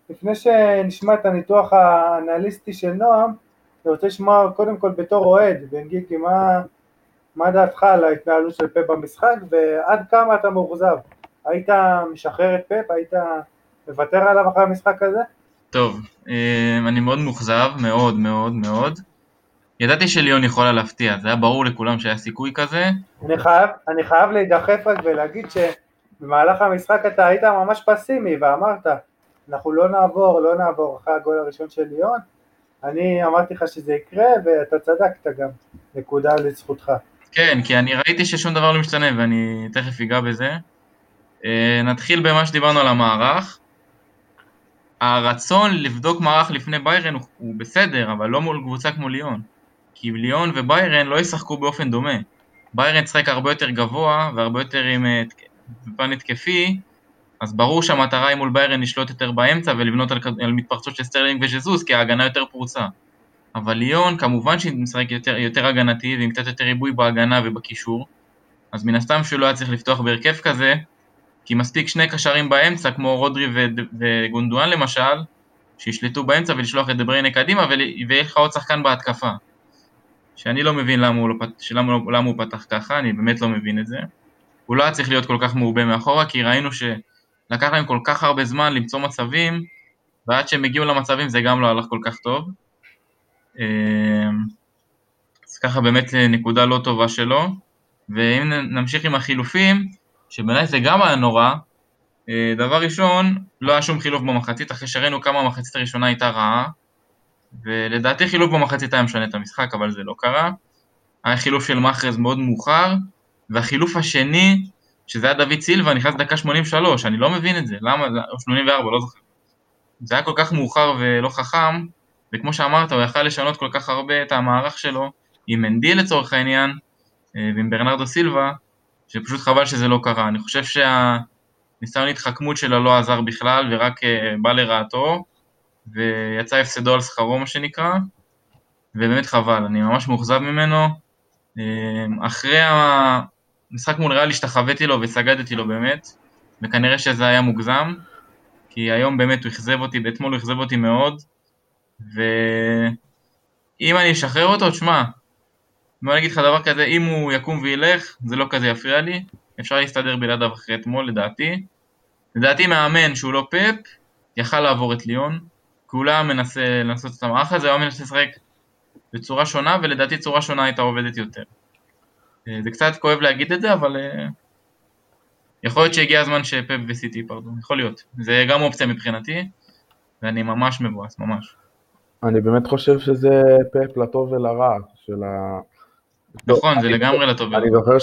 לפני שנשמע את הניתוח האנליסטי של נועם, אני רוצה לשמוע קודם כל בתור אוהד, בן גיגי, מה, מה דעתך על ההתנהלות של פפ במשחק, ועד כמה אתה מאוכזב? היית משחרר את פפ? היית מוותר עליו אחרי המשחק הזה? טוב, אני מאוד מאוכזב, מאוד מאוד מאוד. ידעתי שליון יכולה להפתיע, זה היה ברור לכולם שהיה סיכוי כזה. אני חייב, אני חייב להידחף רק ולהגיד שבמהלך המשחק אתה היית ממש פסימי ואמרת, אנחנו לא נעבור, לא נעבור אחרי הגול הראשון של ליון. אני אמרתי לך שזה יקרה ואתה צדקת גם, נקודה לזכותך. כן, כי אני ראיתי ששום דבר לא משתנה ואני תכף אגע בזה. נתחיל במה שדיברנו על המערך. הרצון לבדוק מערך לפני ביירן הוא, הוא בסדר, אבל לא מול קבוצה כמו ליון. כי ליון וביירן לא ישחקו באופן דומה. ביירן צחק הרבה יותר גבוה והרבה יותר עם פן התקפי, אז ברור שהמטרה היא מול ביירן לשלוט יותר באמצע ולבנות על, על מתפרצות של סטרלינג וז'זוס, כי ההגנה יותר פרוצה. אבל ליון כמובן שהיא משחק יותר, יותר הגנתי ועם קצת יותר ריבוי בהגנה ובקישור, אז מן הסתם שהוא לא היה צריך לפתוח בהרכב כזה, כי מספיק שני קשרים באמצע, כמו רודרי וגונדואן למשל, שישלטו באמצע ולשלוח את דבריינה קדימה, ויהיה לך עוד שחקן בהתקפה. שאני לא מבין למה הוא, לא, למה, למה הוא פתח ככה, אני באמת לא מבין את זה. הוא לא היה צריך להיות כל כך מעובה מאחורה, כי ראינו שלקח להם כל כך הרבה זמן למצוא מצבים, ועד שהם הגיעו למצבים זה גם לא הלך כל כך טוב. אז ככה באמת נקודה לא טובה שלו. ואם נמשיך עם החילופים, שבעיניי זה גם היה נורא, דבר ראשון, לא היה שום חילוף במחצית, אחרי שראינו כמה המחצית הראשונה הייתה רעה, ולדעתי חילוף במחצית היה משנה את המשחק, אבל זה לא קרה. היה חילוף של מחרז מאוד מאוחר, והחילוף השני, שזה היה דוד סילבה, נכנס דקה שמונים ושלוש, אני לא מבין את זה, למה? או שמונים וארבע, לא זוכר. זה היה כל כך מאוחר ולא חכם, וכמו שאמרת, הוא יכל לשנות כל כך הרבה את המערך שלו, עם מנדי לצורך העניין, ועם ברנרדו סילבה, שפשוט חבל שזה לא קרה. אני חושב שהניסיון התחכמות שלו לא עזר בכלל, ורק בא לרעתו, ויצא הפסדו על שכרו מה שנקרא, ובאמת חבל, אני ממש מאוכזב ממנו. אחרי המשחק מול ריאל השתחוויתי לו וסגדתי לו באמת, וכנראה שזה היה מוגזם, כי היום באמת הוא אכזב אותי, באתמול הוא אכזב אותי מאוד, ואם אני אשחרר אותו, תשמע, בוא נגיד לך דבר כזה, אם הוא יקום וילך, זה לא כזה יפריע לי, אפשר להסתדר בלעדיו אחרי אתמול, לדעתי. לדעתי מאמן שהוא לא פפ, יכל לעבור את ליון, כי הוא לא מנסה לנסות את המערך הזה, הוא מנסה לשחק בצורה שונה, ולדעתי צורה שונה הייתה עובדת יותר. זה קצת כואב להגיד את זה, אבל יכול להיות שהגיע הזמן שפפ וסיטי ייפרדו, יכול להיות. זה גם אופציה מבחינתי, ואני ממש מבואס, ממש. אני באמת חושב שזה פפ לטוב ולרע של ה... נכון, זה לגמרי לטוב ולרע. אני זוכר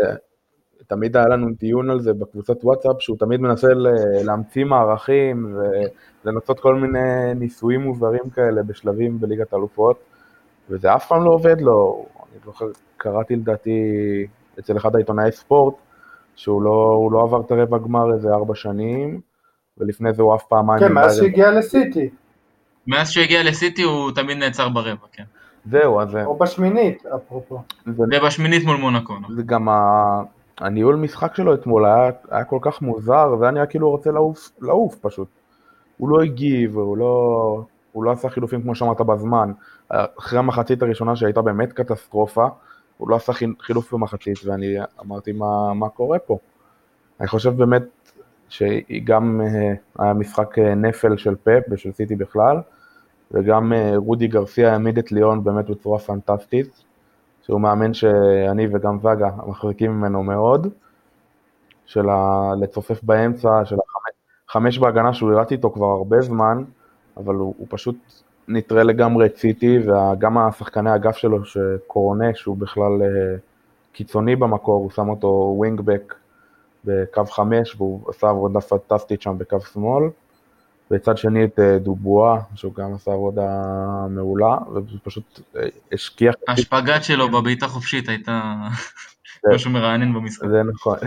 שתמיד היה לנו דיון על זה בקבוצת וואטסאפ, שהוא תמיד מנסה להמציא מערכים ולנסות כל מיני ניסויים מוזרים כאלה בשלבים בליגת האלופות, וזה אף פעם לא עובד לו. אני זוכר, קראתי לדעתי אצל אחד העיתונאי ספורט, שהוא לא, לא עבר את הרבע גמר איזה ארבע שנים, ולפני זה הוא אף פעמיים... כן, מאז שהגיע לסיטי. מאז שהוא הגיע לסיטי הוא תמיד נעצר ברבע, כן. זהו, אז... או בשמינית, אפרופו. ובשמינית מול מונקו. זה גם ה... הניהול משחק שלו אתמול היה, היה כל כך מוזר, זה היה נראה כאילו הוא רוצה לעוף, לעוף פשוט. הוא לא הגיב, הוא לא, הוא לא עשה חילופים כמו שאמרת בזמן. אחרי המחצית הראשונה שהייתה באמת קטסטרופה, הוא לא עשה חילוף במחצית, ואני אמרתי מה, מה קורה פה. אני חושב באמת שהיא גם היה משחק נפל של פפ ושל סיטי בכלל, וגם רודי גרסיה העמיד את ליון באמת בצורה פנטסטית, שהוא מאמן שאני וגם וגה מחזיקים ממנו מאוד, של לצופף באמצע, של החמש, חמש בהגנה שהוא הראיתי איתו כבר הרבה זמן, אבל הוא, הוא פשוט נטרל לגמרי את סיטי, וגם השחקני האגף שלו שקורונה, שהוא בכלל קיצוני במקור, הוא שם אותו ווינגבק בקו חמש, והוא עשה עבודה פנטסטית שם בקו שמאל, בצד שני את דובואה, שהוא גם עשה עבודה מעולה, ופשוט השקיע... השפגת שלו בביתה חופשית הייתה משהו מרענן במשחק. זה נכון.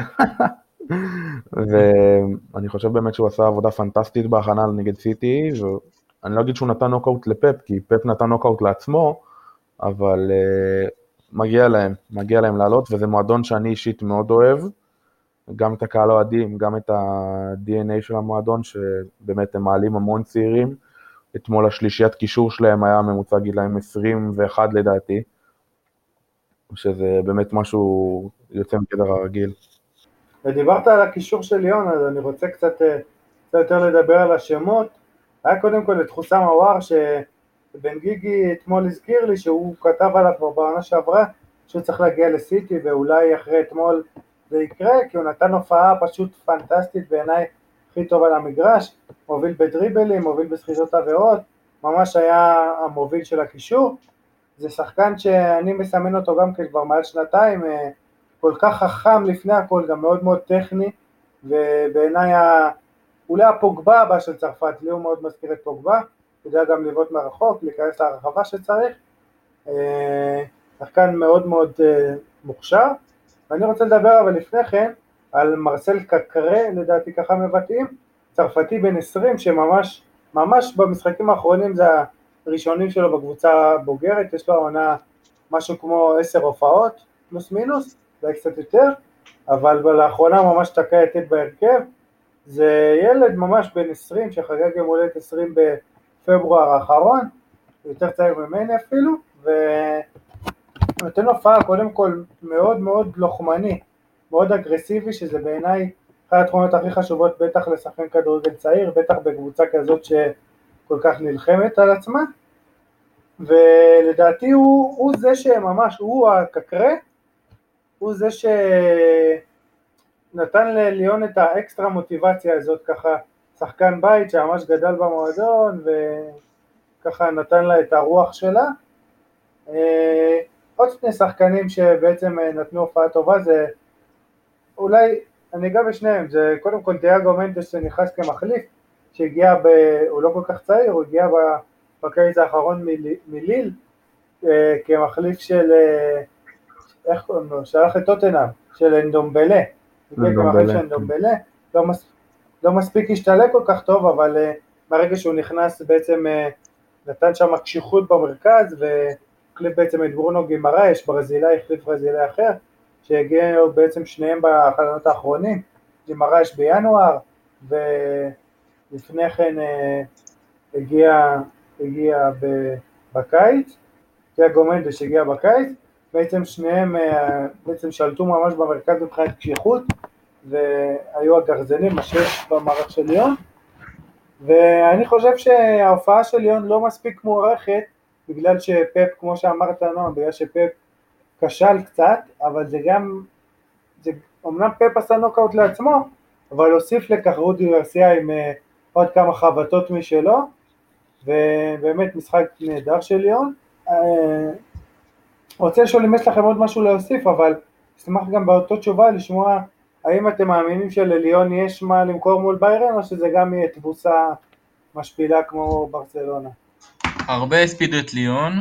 ואני חושב באמת שהוא עשה עבודה פנטסטית בהכנה נגד סיטי, ואני לא אגיד שהוא נתן נוקאוט לפפ, כי פפ נתן נוקאוט לעצמו, אבל מגיע להם, מגיע להם לעלות, וזה מועדון שאני אישית מאוד אוהב, גם את הקהל האוהדים, גם את ה-די אן איי של המועדון, שבאמת הם מעלים המון צעירים. אתמול השלישיית קישור שלהם היה ממוצע גילאים עשרים ואחת לדעתי, שזה באמת משהו יוצא מקדר הרגיל. ודיברת על הקישור של ליון, אז אני רוצה קצת, קצת יותר לדבר על השמות. היה קודם כל את חוסם עוואר, שבן גיגי אתמול הזכיר לי שהוא כתב עליו כבר בעונה שעברה, שהוא צריך להגיע לסיטי, ואולי אחרי אתמול זה יקרה, כי הוא נתן הופעה פשוט פנטסטית בעיניי, הכי טוב על המגרש, מוביל בדריבלים, מוביל בסחיטות עבירות, ממש היה המוביל של הקישור. זה שחקן שאני מסמן אותו גם כבר מעל שנתיים, כל כך חכם לפני הכל, גם מאוד מאוד טכני, ובעיניי אולי הפוגבה הבא של צרפת, לי הוא מאוד מזכיר את פוגבה, יודע גם לבעוט מרחוק, להיכנס לרחבה שצריך, שחקן מאוד מאוד מוכשר. ואני רוצה לדבר אבל לפני כן על מרסל קקרה, לדעתי ככה מבטאים, צרפתי בן עשרים, שממש ממש במשחקים האחרונים זה הראשונים שלו בקבוצה הבוגרת, יש לו עונה משהו כמו עשר הופעות, פלוס מינוס, זה קצת יותר, אבל לאחרונה ממש תקע יתד בהרכב. זה ילד ממש בן עשרים שחגג יום הולדת עשרים בפברואר האחרון, יותר צעיר ממני אפילו, ונותן הופעה קודם כל מאוד מאוד לוחמני, מאוד אגרסיבי, שזה בעיניי אחת התכונות הכי חשובות בטח לשחקן כדורגל צעיר, בטח בקבוצה כזאת שכל כך נלחמת על עצמה, ולדעתי הוא, הוא זה שממש, הוא הקקרה, הוא זה שנתן לליון את האקסטרה מוטיבציה הזאת, ככה שחקן בית שממש גדל במועדון, וככה נתן לה את הרוח שלה. עוד שני שחקנים שבעצם נתנו הופעה טובה, זה אולי, אני אגע בשניהם, זה קודם כל דיאגו מנדס שנכנס כמחליף, שהגיע, ב, הוא לא כל כך צעיר, הוא הגיע בקיץ האחרון מליל, כמחליף של, איך קוראים לו, שלח את טוטנהאם, של אנדומבלה, הגיע כמחליף של אנדומבלה, לא, מס, לא מספיק השתלק כל כך טוב, אבל מהרגע שהוא נכנס בעצם נתן שם קשיחות במרכז, והחליף בעצם את ברונו גימרייש, ברזילאי, החליף ברזילאי אחר, שהגיעו בעצם שניהם בחלונות האחרונים, גימרייש בינואר, ולפני כן הגיע, הגיע בקיץ, דיאגו מנדס שהגיע בקיץ, בעצם שניהם בעצם שלטו ממש במרכז מבחינת קשיחות, והיו הגרזנים, השש במערך של ליון, ואני חושב שההופעה של ליון לא מספיק מוערכת, בגלל שפפ, כמו שאמרת נועם, בגלל שפפ כשל קצת, אבל זה גם, זה, אמנם פפ עשה נוקאוט לעצמו, אבל הוסיף לכך רודי גרסיה עם uh, עוד כמה חבטות משלו, ובאמת משחק נהדר של ליון. Uh, רוצה לשאול אם יש לכם עוד משהו להוסיף, אבל אשמח גם באותו תשובה לשמוע, האם אתם מאמינים שלליון יש מה למכור מול ביירן, או שזה גם יהיה תבוסה משפילה כמו ברצלונה? הרבה הספידו את ליון,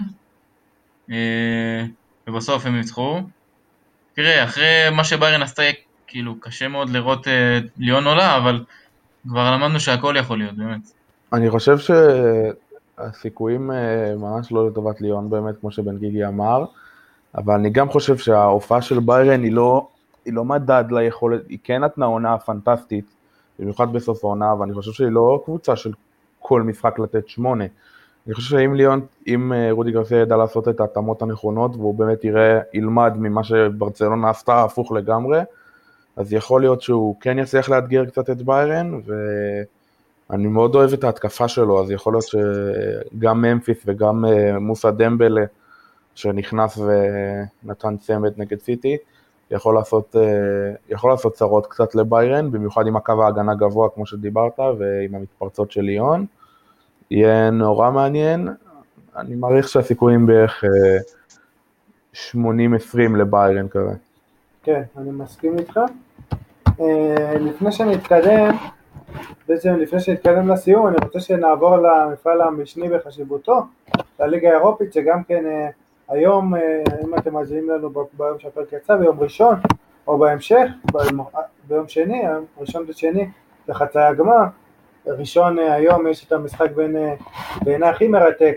ובסוף הם ניצחו. תראה, אחרי מה שביירן עשתה, כאילו קשה מאוד לראות ליון עולה, אבל כבר למדנו שהכל יכול להיות, באמת. אני חושב שהסיכויים ממש לא לטובת ליון, באמת, כמו שבן גיגי אמר, אבל אני גם חושב שההופעה של ביירן היא לא, היא לא מדד ליכולת, היא כן נתנה עונה פנטסטית, במיוחד בסוף העונה, ואני חושב שהיא לא קבוצה של כל משחק לתת שמונה. אני חושב שאם ליון, אם רודי גרסיה ידע לעשות את ההתאמות הנכונות, והוא באמת יראה, ילמד ממה שברצלונה עשתה הפוך לגמרי, אז יכול להיות שהוא כן יצליח לאתגר קצת את ביירן, ואני מאוד אוהב את ההתקפה שלו, אז יכול להיות שגם ממפיס וגם מוסא דמבלה, שנכנס ונתן צמד נגד סיטי, יכול לעשות, יכול לעשות צרות קצת לביירן, במיוחד עם הקו ההגנה גבוה כמו שדיברת, ועם המתפרצות של ליון. יהיה נורא מעניין, אני מעריך שהסיכויים בערך שמונים עשרים לביירן כזה. כן, אני מסכים איתך. לפני שנתקדם, בעצם לפני שנתקדם לסיום, אני רוצה שנעבור למפעל המשני בחשיבותו, לליגה האירופית, שגם כן היום, אם אתם מאזינים לנו ביום שהפרק יצא, ביום ראשון, או בהמשך, ביום שני, ראשון ושני, לחצי הגמר, ראשון היום יש את המשחק בין, בין הכי מרתק,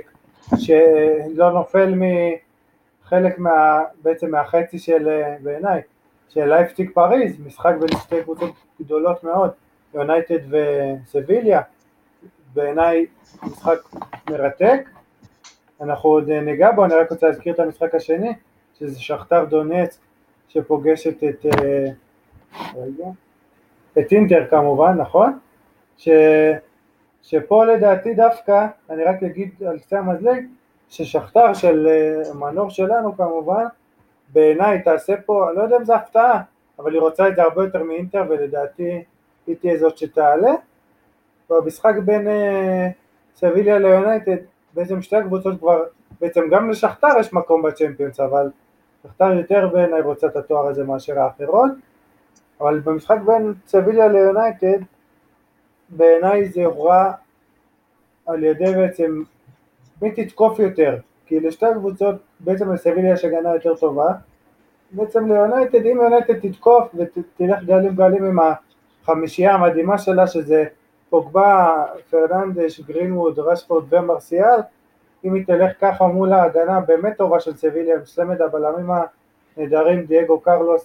שלא נופל מחלק מה, בעצם מהחצי של, בעיניי, של לייפציג פריז, משחק בין שתי קבוצות גדולות מאוד, יונייטד וסביליה, בעיניי משחק מרתק, אנחנו עוד ניגע בו, אני רק רוצה להזכיר את המשחק השני, שזה שכתר דונץ, שפוגשת את, את אינטר כמובן, נכון? ש, שפה לדעתי דווקא, אני רק אגיד על קצה המזלג, ששכתר של מנור שלנו כמובן, בעיניי תעשה פה, אני לא יודע אם זה הפתעה, אבל היא רוצה את זה הרבה יותר מאינטר, ולדעתי היא תהיה זאת שתעלה. במשחק בין אה, סביליה ליונייטד, בעצם שתי הקבוצות כבר, בעצם גם לשכתר יש מקום בצ'מפיונס, אבל שכתר יותר בעיניי רוצה את התואר הזה מאשר האחרות, אבל במשחק בין סביליה ליונייטד, בעיניי זה הוראה על ידי בעצם מי תתקוף יותר, כי לשתי הקבוצות, בעצם לסביליה יש הגנה יותר טובה, בעצם ליונייטד, אם יונייטד תתקוף ותלך גלים גלים עם החמישייה המדהימה שלה, שזה פוגבה, פרננדש, גרינווד, רשפורד ומרסיאל, אם היא תלך ככה מול ההגנה באמת טובה של סביליה, מסלמת הבלמים הנהדרים, דייגו קרלוס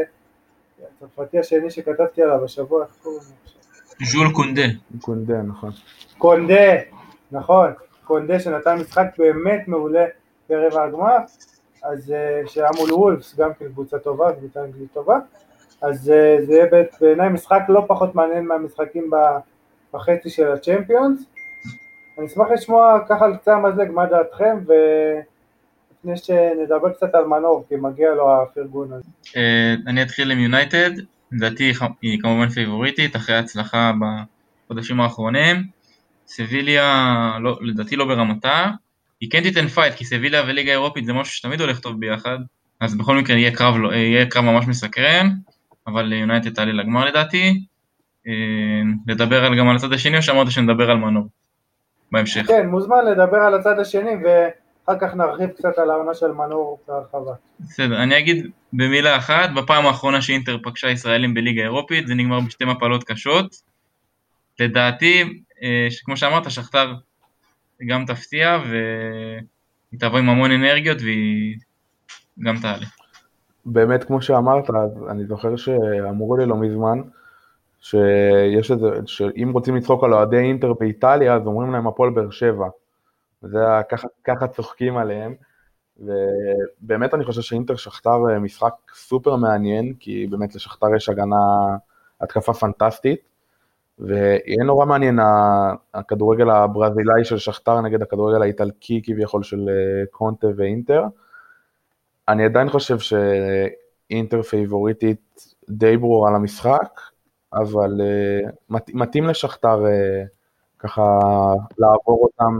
והצרפתי השני שכתבתי עליו השבוע, איך קוראים לו? ז'ול קונדה. קונדה, נכון. קונדה, נכון, קונדה שנתן משחק באמת מעולה ברבע הגמר, אז שהיה מול וולפס, גם כן קבוצה טובה, קבוצה אנגלית טובה, אז זה יהיה בעיניי משחק לא פחות מעניין מהמשחקים בחצי של הצ'מפיונס. אני אשמח לשמוע ככה על קצה המזלג מה דעתכם, ולפני שנדבר קצת על מנור, כי מגיע לו הפרגון הזה. אני אתחיל עם יונייטד, לדעתי היא כמובן פייבוריטית, אחרי ההצלחה בחודשים האחרונים. סביליה לדעתי לא ברמתה, היא כן תיתן פייט, כי סביליה וליגה אירופית זה משהו שתמיד הולך טוב ביחד, אז בכל מקרה יהיה קרב, יהיה קרב ממש מסקרן, אבל יונייטד תעלה לגמר לדעתי. לדבר גם על הצד השני, או שאמרת שנדבר על מנור בהמשך? כן, מוזמן לדבר על הצד השני, ואחר כך נרחיב קצת על העונה של מנור בהרחבה. בסדר, אני אגיד במילה אחת, בפעם האחרונה שאינטר פגשה ישראלים בליגה אירופית, זה נגמר בשתי מפלות קשות, לדעתי, כמו שאמרת, שכתר גם תפתיע, והיא תבוא עם המון אנרגיות, והיא גם תעלה. באמת, כמו שאמרת, אני זוכר שאמרו לי לא מזמן, שיש איזה, שאם רוצים לצחוק על אוהדי אינטר באיטליה, אז אומרים להם הפועל באר שבע. וזה ככה, ככה צוחקים עליהם. ובאמת אני חושב שאינטר שכתר משחק סופר מעניין, כי באמת לשכתר יש הגנה, התקפה פנטסטית, ויהיה נורא מעניין הכדורגל הברזילאי של שכתר נגד הכדורגל האיטלקי כביכול של קונטה ואינטר. אני עדיין חושב שאינטר פייבוריטית די ברורה על המשחק, אבל uh, מת, מתאים לשכתר uh, ככה לעבור אותם,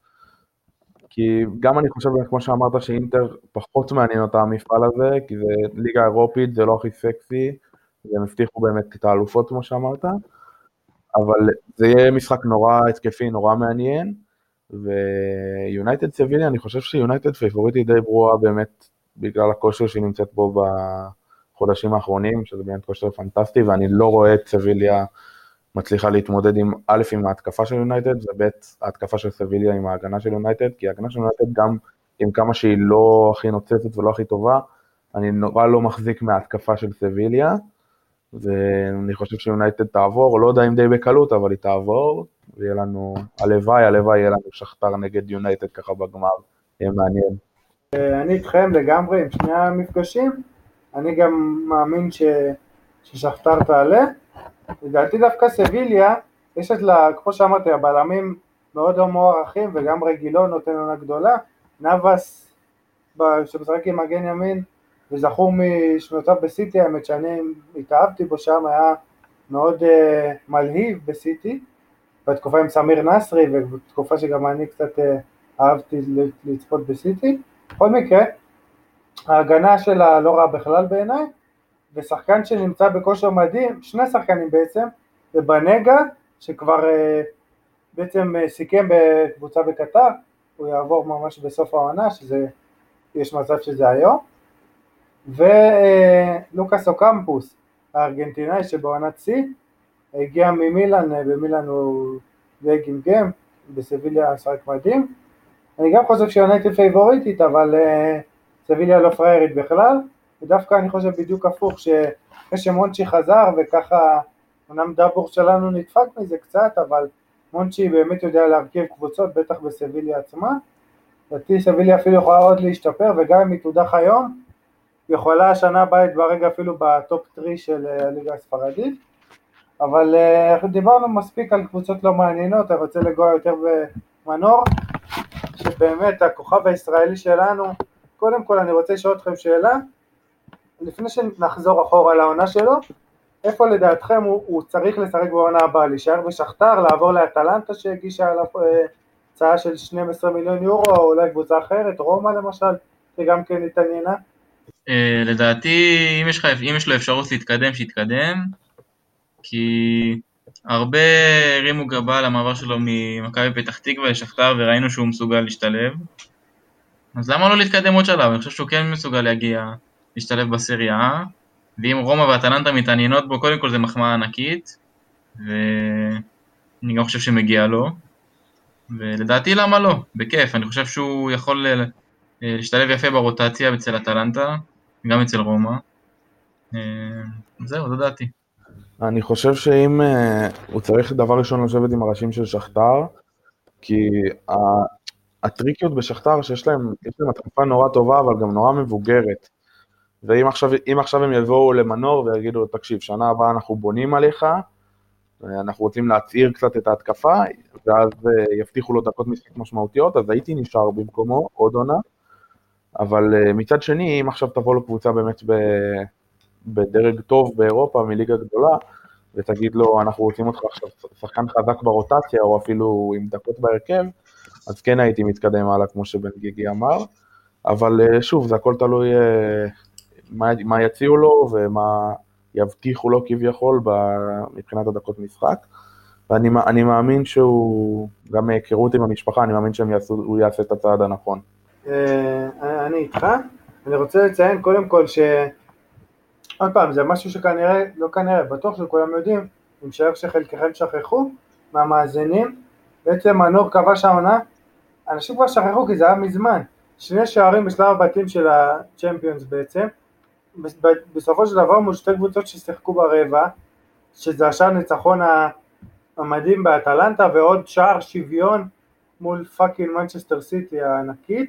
כי גם אני חושב, כמו שאמרת, שאינטר פחות מעניין אותה המפעל הזה, כי זה ליגה אירופית, זה לא הכי סקסי, והם הבטיחו באמת את האלופות כמו שאמרת, אבל זה יהיה משחק נורא התקפי, נורא מעניין, ויונייטד סביליה, אני חושב שיונייטד פייבוריטית די ברורה באמת, בגלל הכושר שהיא נמצאת בו בחודשים האחרונים, שזה באמת כושר פנטסטי, ואני לא רואה את סביליה מצליחה להתמודד עם א' עם ההתקפה של יונייטד, וב' ההתקפה של סביליה עם ההגנה של יונייטד, כי ההגנה של יונייטד גם עם כמה שהיא לא הכי נוצצת ולא הכי טובה, אני נורא לא מחזיק מההתקפה של סביליה, ואני חושב שיונייטד תעבור, לא יודע אם די בקלות, אבל היא תעבור, ויהיה לנו, הלוואי, הלוואי יהיה לנו שכתר נגד יונייטד ככה בגמר, יהיה מעניין. אני איתכם לגמרי עם שני המפגשים, אני גם מאמין ש... ששכתר תעלה, לדעתי דווקא סביליה, יש את לה, כמו שאמרתי, הבלמים מאוד לא מוערכים, וגם רגילון נותן עונה גדולה, נאבס שמשחק עם מגן ימין, וזכור משנותיו בסיטי, האמת שאני התאהבתי בו שם, היה מאוד uh, מלהיב בסיטי, בתקופה עם סמיר נסרי, ובתקופה שגם אני קצת uh, אהבתי לצפות בסיטי. בכל מקרה, ההגנה שלה לא רעה בכלל בעיניי, ושחקן שנמצא בכושר מדהים, שני שחקנים בעצם, זה בנגה, שכבר uh, בעצם uh, סיכם בקבוצה בקטר, הוא יעבור ממש בסוף העונה, שזה, יש מצב שזה היום, ולוקאס אוקמפוס, הארגנטינאי שבעונת C, הגיע ממילן, במילן הוא די גמגם, בסביליה שחק מדהים. אני גם חושב שיונייטד פייבוריטית, אבל סביליה לא פריירית בכלל, ודווקא אני חושב בדיוק הפוך, שאחרי שמונצ'י חזר, וככה, אמנם דאבור שלנו נדפק מזה קצת, אבל מונצ'י באמת יודע להרכיב קבוצות, בטח בסביליה עצמה, לדעתי סביליה אפילו יכולה עוד להשתפר, וגם אם היא תודח היום, יכולה השנה הבאה ברגע אפילו בטופ שלוש של הליגה הספרדית, אבל uh, דיברנו מספיק על קבוצות לא מעניינות, אני רוצה לגוע יותר במנור, שבאמת הכוכב הישראלי שלנו, קודם כל אני רוצה לשאול אתכם שאלה, לפני שנחזור אחורה לעונה שלו, איפה לדעתכם הוא, הוא צריך לשחק בעונה הבאה, להישאר בשכתר, לעבור לאטלנטה שהגישה עליו הצעה של שנים עשר מיליון יורו, או אולי קבוצה אחרת, רומא למשל, שגם כן התעניינה? לדעתי, אם יש, אם יש לו אפשרות להתקדם, שיתקדם, כי הרבה הרימו גבה למעבר שלו ממכבי פתח תקווה לשכתר, וראינו שהוא מסוגל להשתלב, אז למה לא להתקדם עוד שלב? אני חושב שהוא כן מסוגל להגיע, להשתלב בסריה, ואם רומא ואטלנטה מתעניינות בו, קודם כל זה מחמאה ענקית, ואני גם חושב שמגיע לו, ולדעתי למה לא? בכיף, אני חושב שהוא יכול להשתלב יפה ברוטציה אצל אטלנטה, גם אצל רומא, זהו, זו דעתי. אני חושב שאם הוא צריך דבר ראשון לשבת עם הראשים של שכתר, כי הטריקיות בשכתר שיש להם, יש להם התקפה נורא טובה, אבל גם נורא מבוגרת. ואם עכשיו, אם עכשיו הם יבואו למנור ויגידו לו, תקשיב, שנה הבאה אנחנו בונים עליך, אנחנו רוצים להצעיר קצת את ההתקפה, ואז יבטיחו לו דקות משחק משמעותיות, אז הייתי נשאר במקומו, עוד עונה. אבל מצד שני, אם עכשיו תבוא לו קבוצה באמת בדרג טוב באירופה, מליגה גדולה, ותגיד לו, אנחנו רוצים אותך עכשיו שחקן חזק ברוטציה, או אפילו עם דקות בהרכב, אז כן הייתי מתקדם הלאה, כמו שבן גיגי אמר. אבל שוב, זה הכל תלוי מה, מה יציעו לו, ומה יבטיחו לו כביכול מבחינת הדקות משחק. ואני אני מאמין שהוא, גם מהיכרות עם המשפחה, אני מאמין שהוא יעשה את הצעד הנכון. אני איתך. אני רוצה לציין קודם כל ש... עוד פעם, זה משהו שכנראה, לא כנראה, בטוח שכולם יודעים, אם שאר שחלקכם שכחו מהמאזינים, בעצם מנור כבש העונה, אנשים כבר שכחו כי זה היה מזמן, שני שערים בשלב הבתים של הצ'מפיונס בעצם, בסופו של דבר מול שתי קבוצות ששיחקו ברבע, שזה השער ניצחון המדהים באטלנטה, ועוד שער שוויון מול פאקינג מנצ'סטר סיטי הענקית,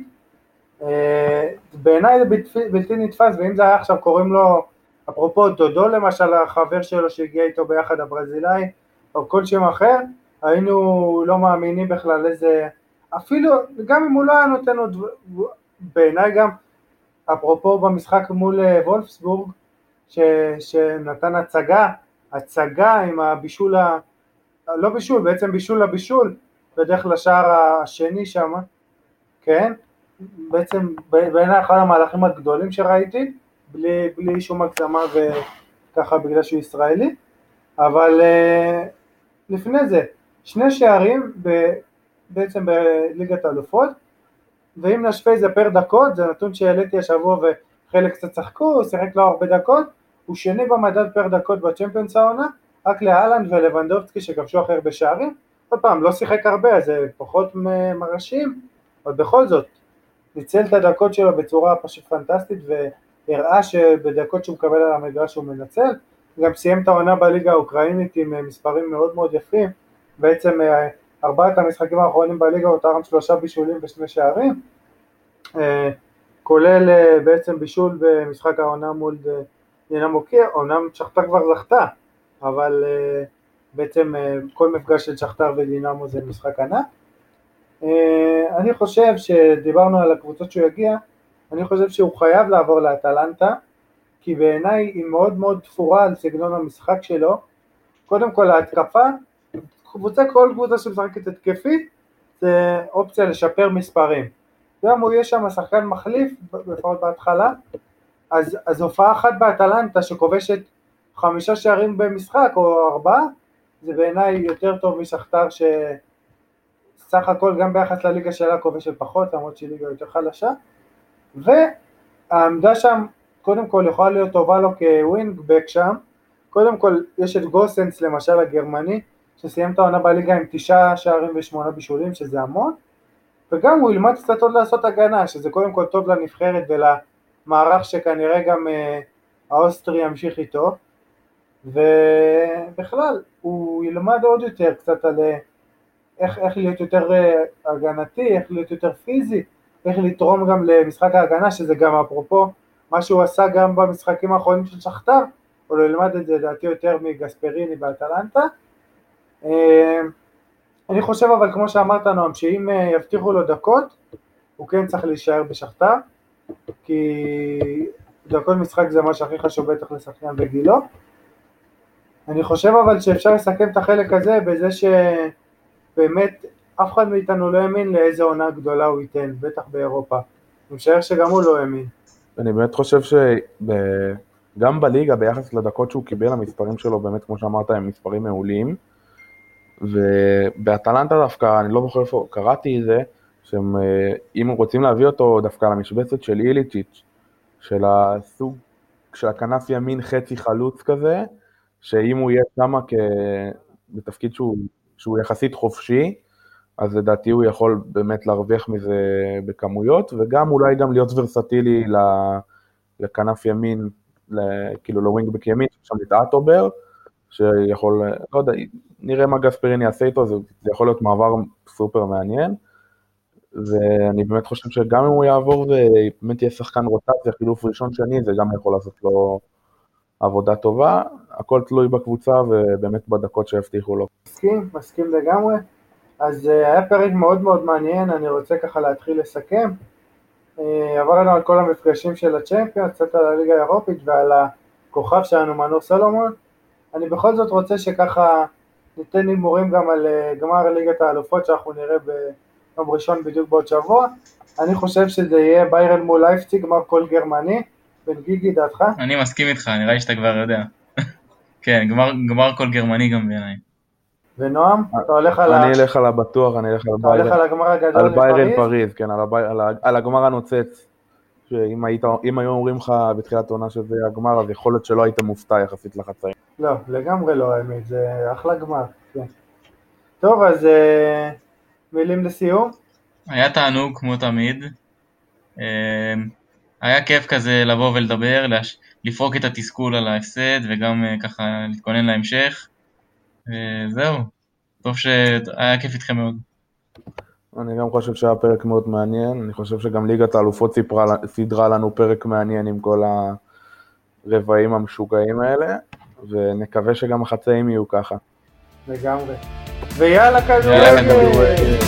בעיניי זה בלתי נתפס, ואם זה היה עכשיו קוראים לו, אפרופו דודו למשל, החבר שלו שהגיע איתו ביחד הברזילאי, או כל שם אחר, היינו לא מאמינים בכלל איזה, אפילו, גם אם הוא לא היה נותן עוד, בעיניי גם, אפרופו במשחק מול וולפסבורג, ש, שנתן הצגה, הצגה עם הבישול, ה, לא בישול, בעצם בישול לבישול, בדרך לשער השני שם, כן? בעצם בעיניי אחד המהלכים הגדולים שראיתי, בלי, בלי שום הגזמה וככה בגלל שהוא ישראלי, אבל uh, לפני זה, שני שערים ב, בעצם בליגת האלופות, ואם נשווה את זה פר דקות, זה נתון שהעליתי השבוע וחלק קצת צחקו, הוא שיחק לו הרבה דקות, הוא שני במדד פר דקות בצ'מפיונס העונה, רק להלנד ולוונדובסקי שכבשו אחר בשערים, עוד פעם, לא שיחק הרבה, אז זה פחות מרשים, אבל בכל זאת, ניצל את הדקות שלו בצורה פשוט פנטסטית, והראה שבדקות שהוא מקבל על המגרש הוא מנצל, גם סיים את העונה בליגה האוקראינית עם מספרים מאוד מאוד יפים, בעצם ארבעת המשחקים האחרונים בליגה הוא תרם שלושה בישולים ושני שערים, כולל בעצם בישול במשחק העונה מול דינמו קייב, אומנם שכתר כבר זכתה, אבל בעצם כל מפגש של שכתר ודינמו זה משחק ענק. אני חושב שדיברנו על הקבוצות שהוא יגיע, אני חושב שהוא חייב לעבור לאטלנטה, כי בעיניי היא מאוד מאוד תפורה על סגנון המשחק שלו. קודם כל ההתקפה, קבוצה, כל קבוצה שמשחקת התקפית, זה אופציה לשפר מספרים. גם הוא יהיה שם שחקן מחליף, לפחות בהתחלה, אז, אז הופעה אחת באטלנטה שכובשת חמישה שערים במשחק או ארבעה, זה בעיניי יותר טוב משכתר שסך הכל גם ביחס לליגה שלה כובשת פחות, למרות שהיא ליגה יותר חלשה, והעמדה שם קודם כל יכולה להיות טובה לו כווינג בק שם, קודם כל יש את גוסנס למשל הגרמני, שסיים את העונה בליגה עם תשעה שערים ושמונה בישולים, שזה המון, וגם הוא ילמד קצת עוד לעשות הגנה, שזה קודם כל טוב לנבחרת מערך שכנראה גם האוסטרי ימשיך איתו, ובכלל הוא ילמד עוד יותר קצת על איך, איך להיות יותר הגנתי, איך להיות יותר פיזי, איך לתרום גם למשחק ההגנה, שזה גם אפרופו מה שהוא עשה גם במשחקים האחרונים של שכתר, הוא לא ילמד את זה דעתי יותר מגספריני באטלנטה. אני חושב אבל כמו שאמרת נועם, שאם יבטיחו לו דקות, הוא כן צריך להישאר בשכתר, כי דקות משחק זה מה שהכי חשוב בטח לשחקן בגילו. אני חושב אבל שאפשר לסכם את החלק הזה בזה שבאמת אף אחד מאיתנו לא האמין לאיזה עונה גדולה הוא ייתן, בטח באירופה. אני משער שגם הוא לא האמין. אני באמת חושב שגם בליגה ביחס לדקות שהוא קיבל, המספרים שלו באמת כמו שאמרת הם מספרים מעולים, ובאטלנטה דווקא, אני לא זוכר איפה, קראתי את זה, שהם, אם רוצים להביא אותו דווקא למשבצת של איליצ'יץ', של הסוג, של הכנף ימין חצי חלוץ כזה, שאם הוא יהיה שמה בתפקיד שהוא, שהוא יחסית חופשי, אז לדעתי הוא יכול באמת להרוויח מזה בכמויות, וגם אולי גם להיות ורסטילי לכנף ימין, כאילו לווינגבק ימין, שם את אטובר, שיכול, לא יודע, נראה מה גספריני יעשה איתו, זה, זה יכול להיות מעבר סופר מעניין, ואני באמת חושב שגם אם הוא יעבור ובאמת יהיה שחקן רוטציה, חילוף ראשון שני, זה גם יכול לעשות לו עבודה טובה, הכל תלוי בקבוצה ובאמת בדקות שהבטיחו לו. מסכים, מסכים לגמרי, אז היה פרק מאוד מאוד מעניין, אני רוצה ככה להתחיל לסכם, עברנו על כל המפגשים של הצ'מפיון, קצת על הליגה האירופית ועל הכוכב שלנו מנור סלומון, אני בכל זאת רוצה שככה ניתן הימורים גם על גמר ליגת האלופות שאנחנו נראה ביום ראשון בדיוק בעוד שבוע. אני חושב שזה יהיה ביירן מול לייפציג, גמר כל גרמני. בן גיגי, דעתך? אני מסכים איתך, נראה לי שאתה כבר יודע. כן, גמר, גמר כל גרמני גם בעיניי. ונועם, אתה הולך על אני אלך על הבטוח, אני אלך על ביירן. אתה הולך על הגמר הגדול לפריז? על ביירן פריז, כן, על הגמר הנוצץ. שאם היית, אם היו אומרים לך בתחילת עונה שזה הגמר, אז יכול להיות שלא היית מופתע יחסית לחצאים. לא, לגמרי לא, האמת, זה אחלה גמר, כן. טוב, אז אה, מילים לסיום? היה תענוג, כמו תמיד. אה, היה כיף כזה לבוא ולדבר, לש... לפרוק את התסכול על ההפסד, וגם אה, ככה להתכונן להמשך. אה, זהו, טוב שהיה כיף איתכם מאוד. אני גם חושב שהיה פרק מאוד מעניין, אני חושב שגם ליגת האלופות סיפרה, סידרה לנו פרק מעניין עם כל הרבעים המשוגעים האלה, ונקווה שגם החצאים יהיו ככה. לגמרי. ויאללה כדורגל!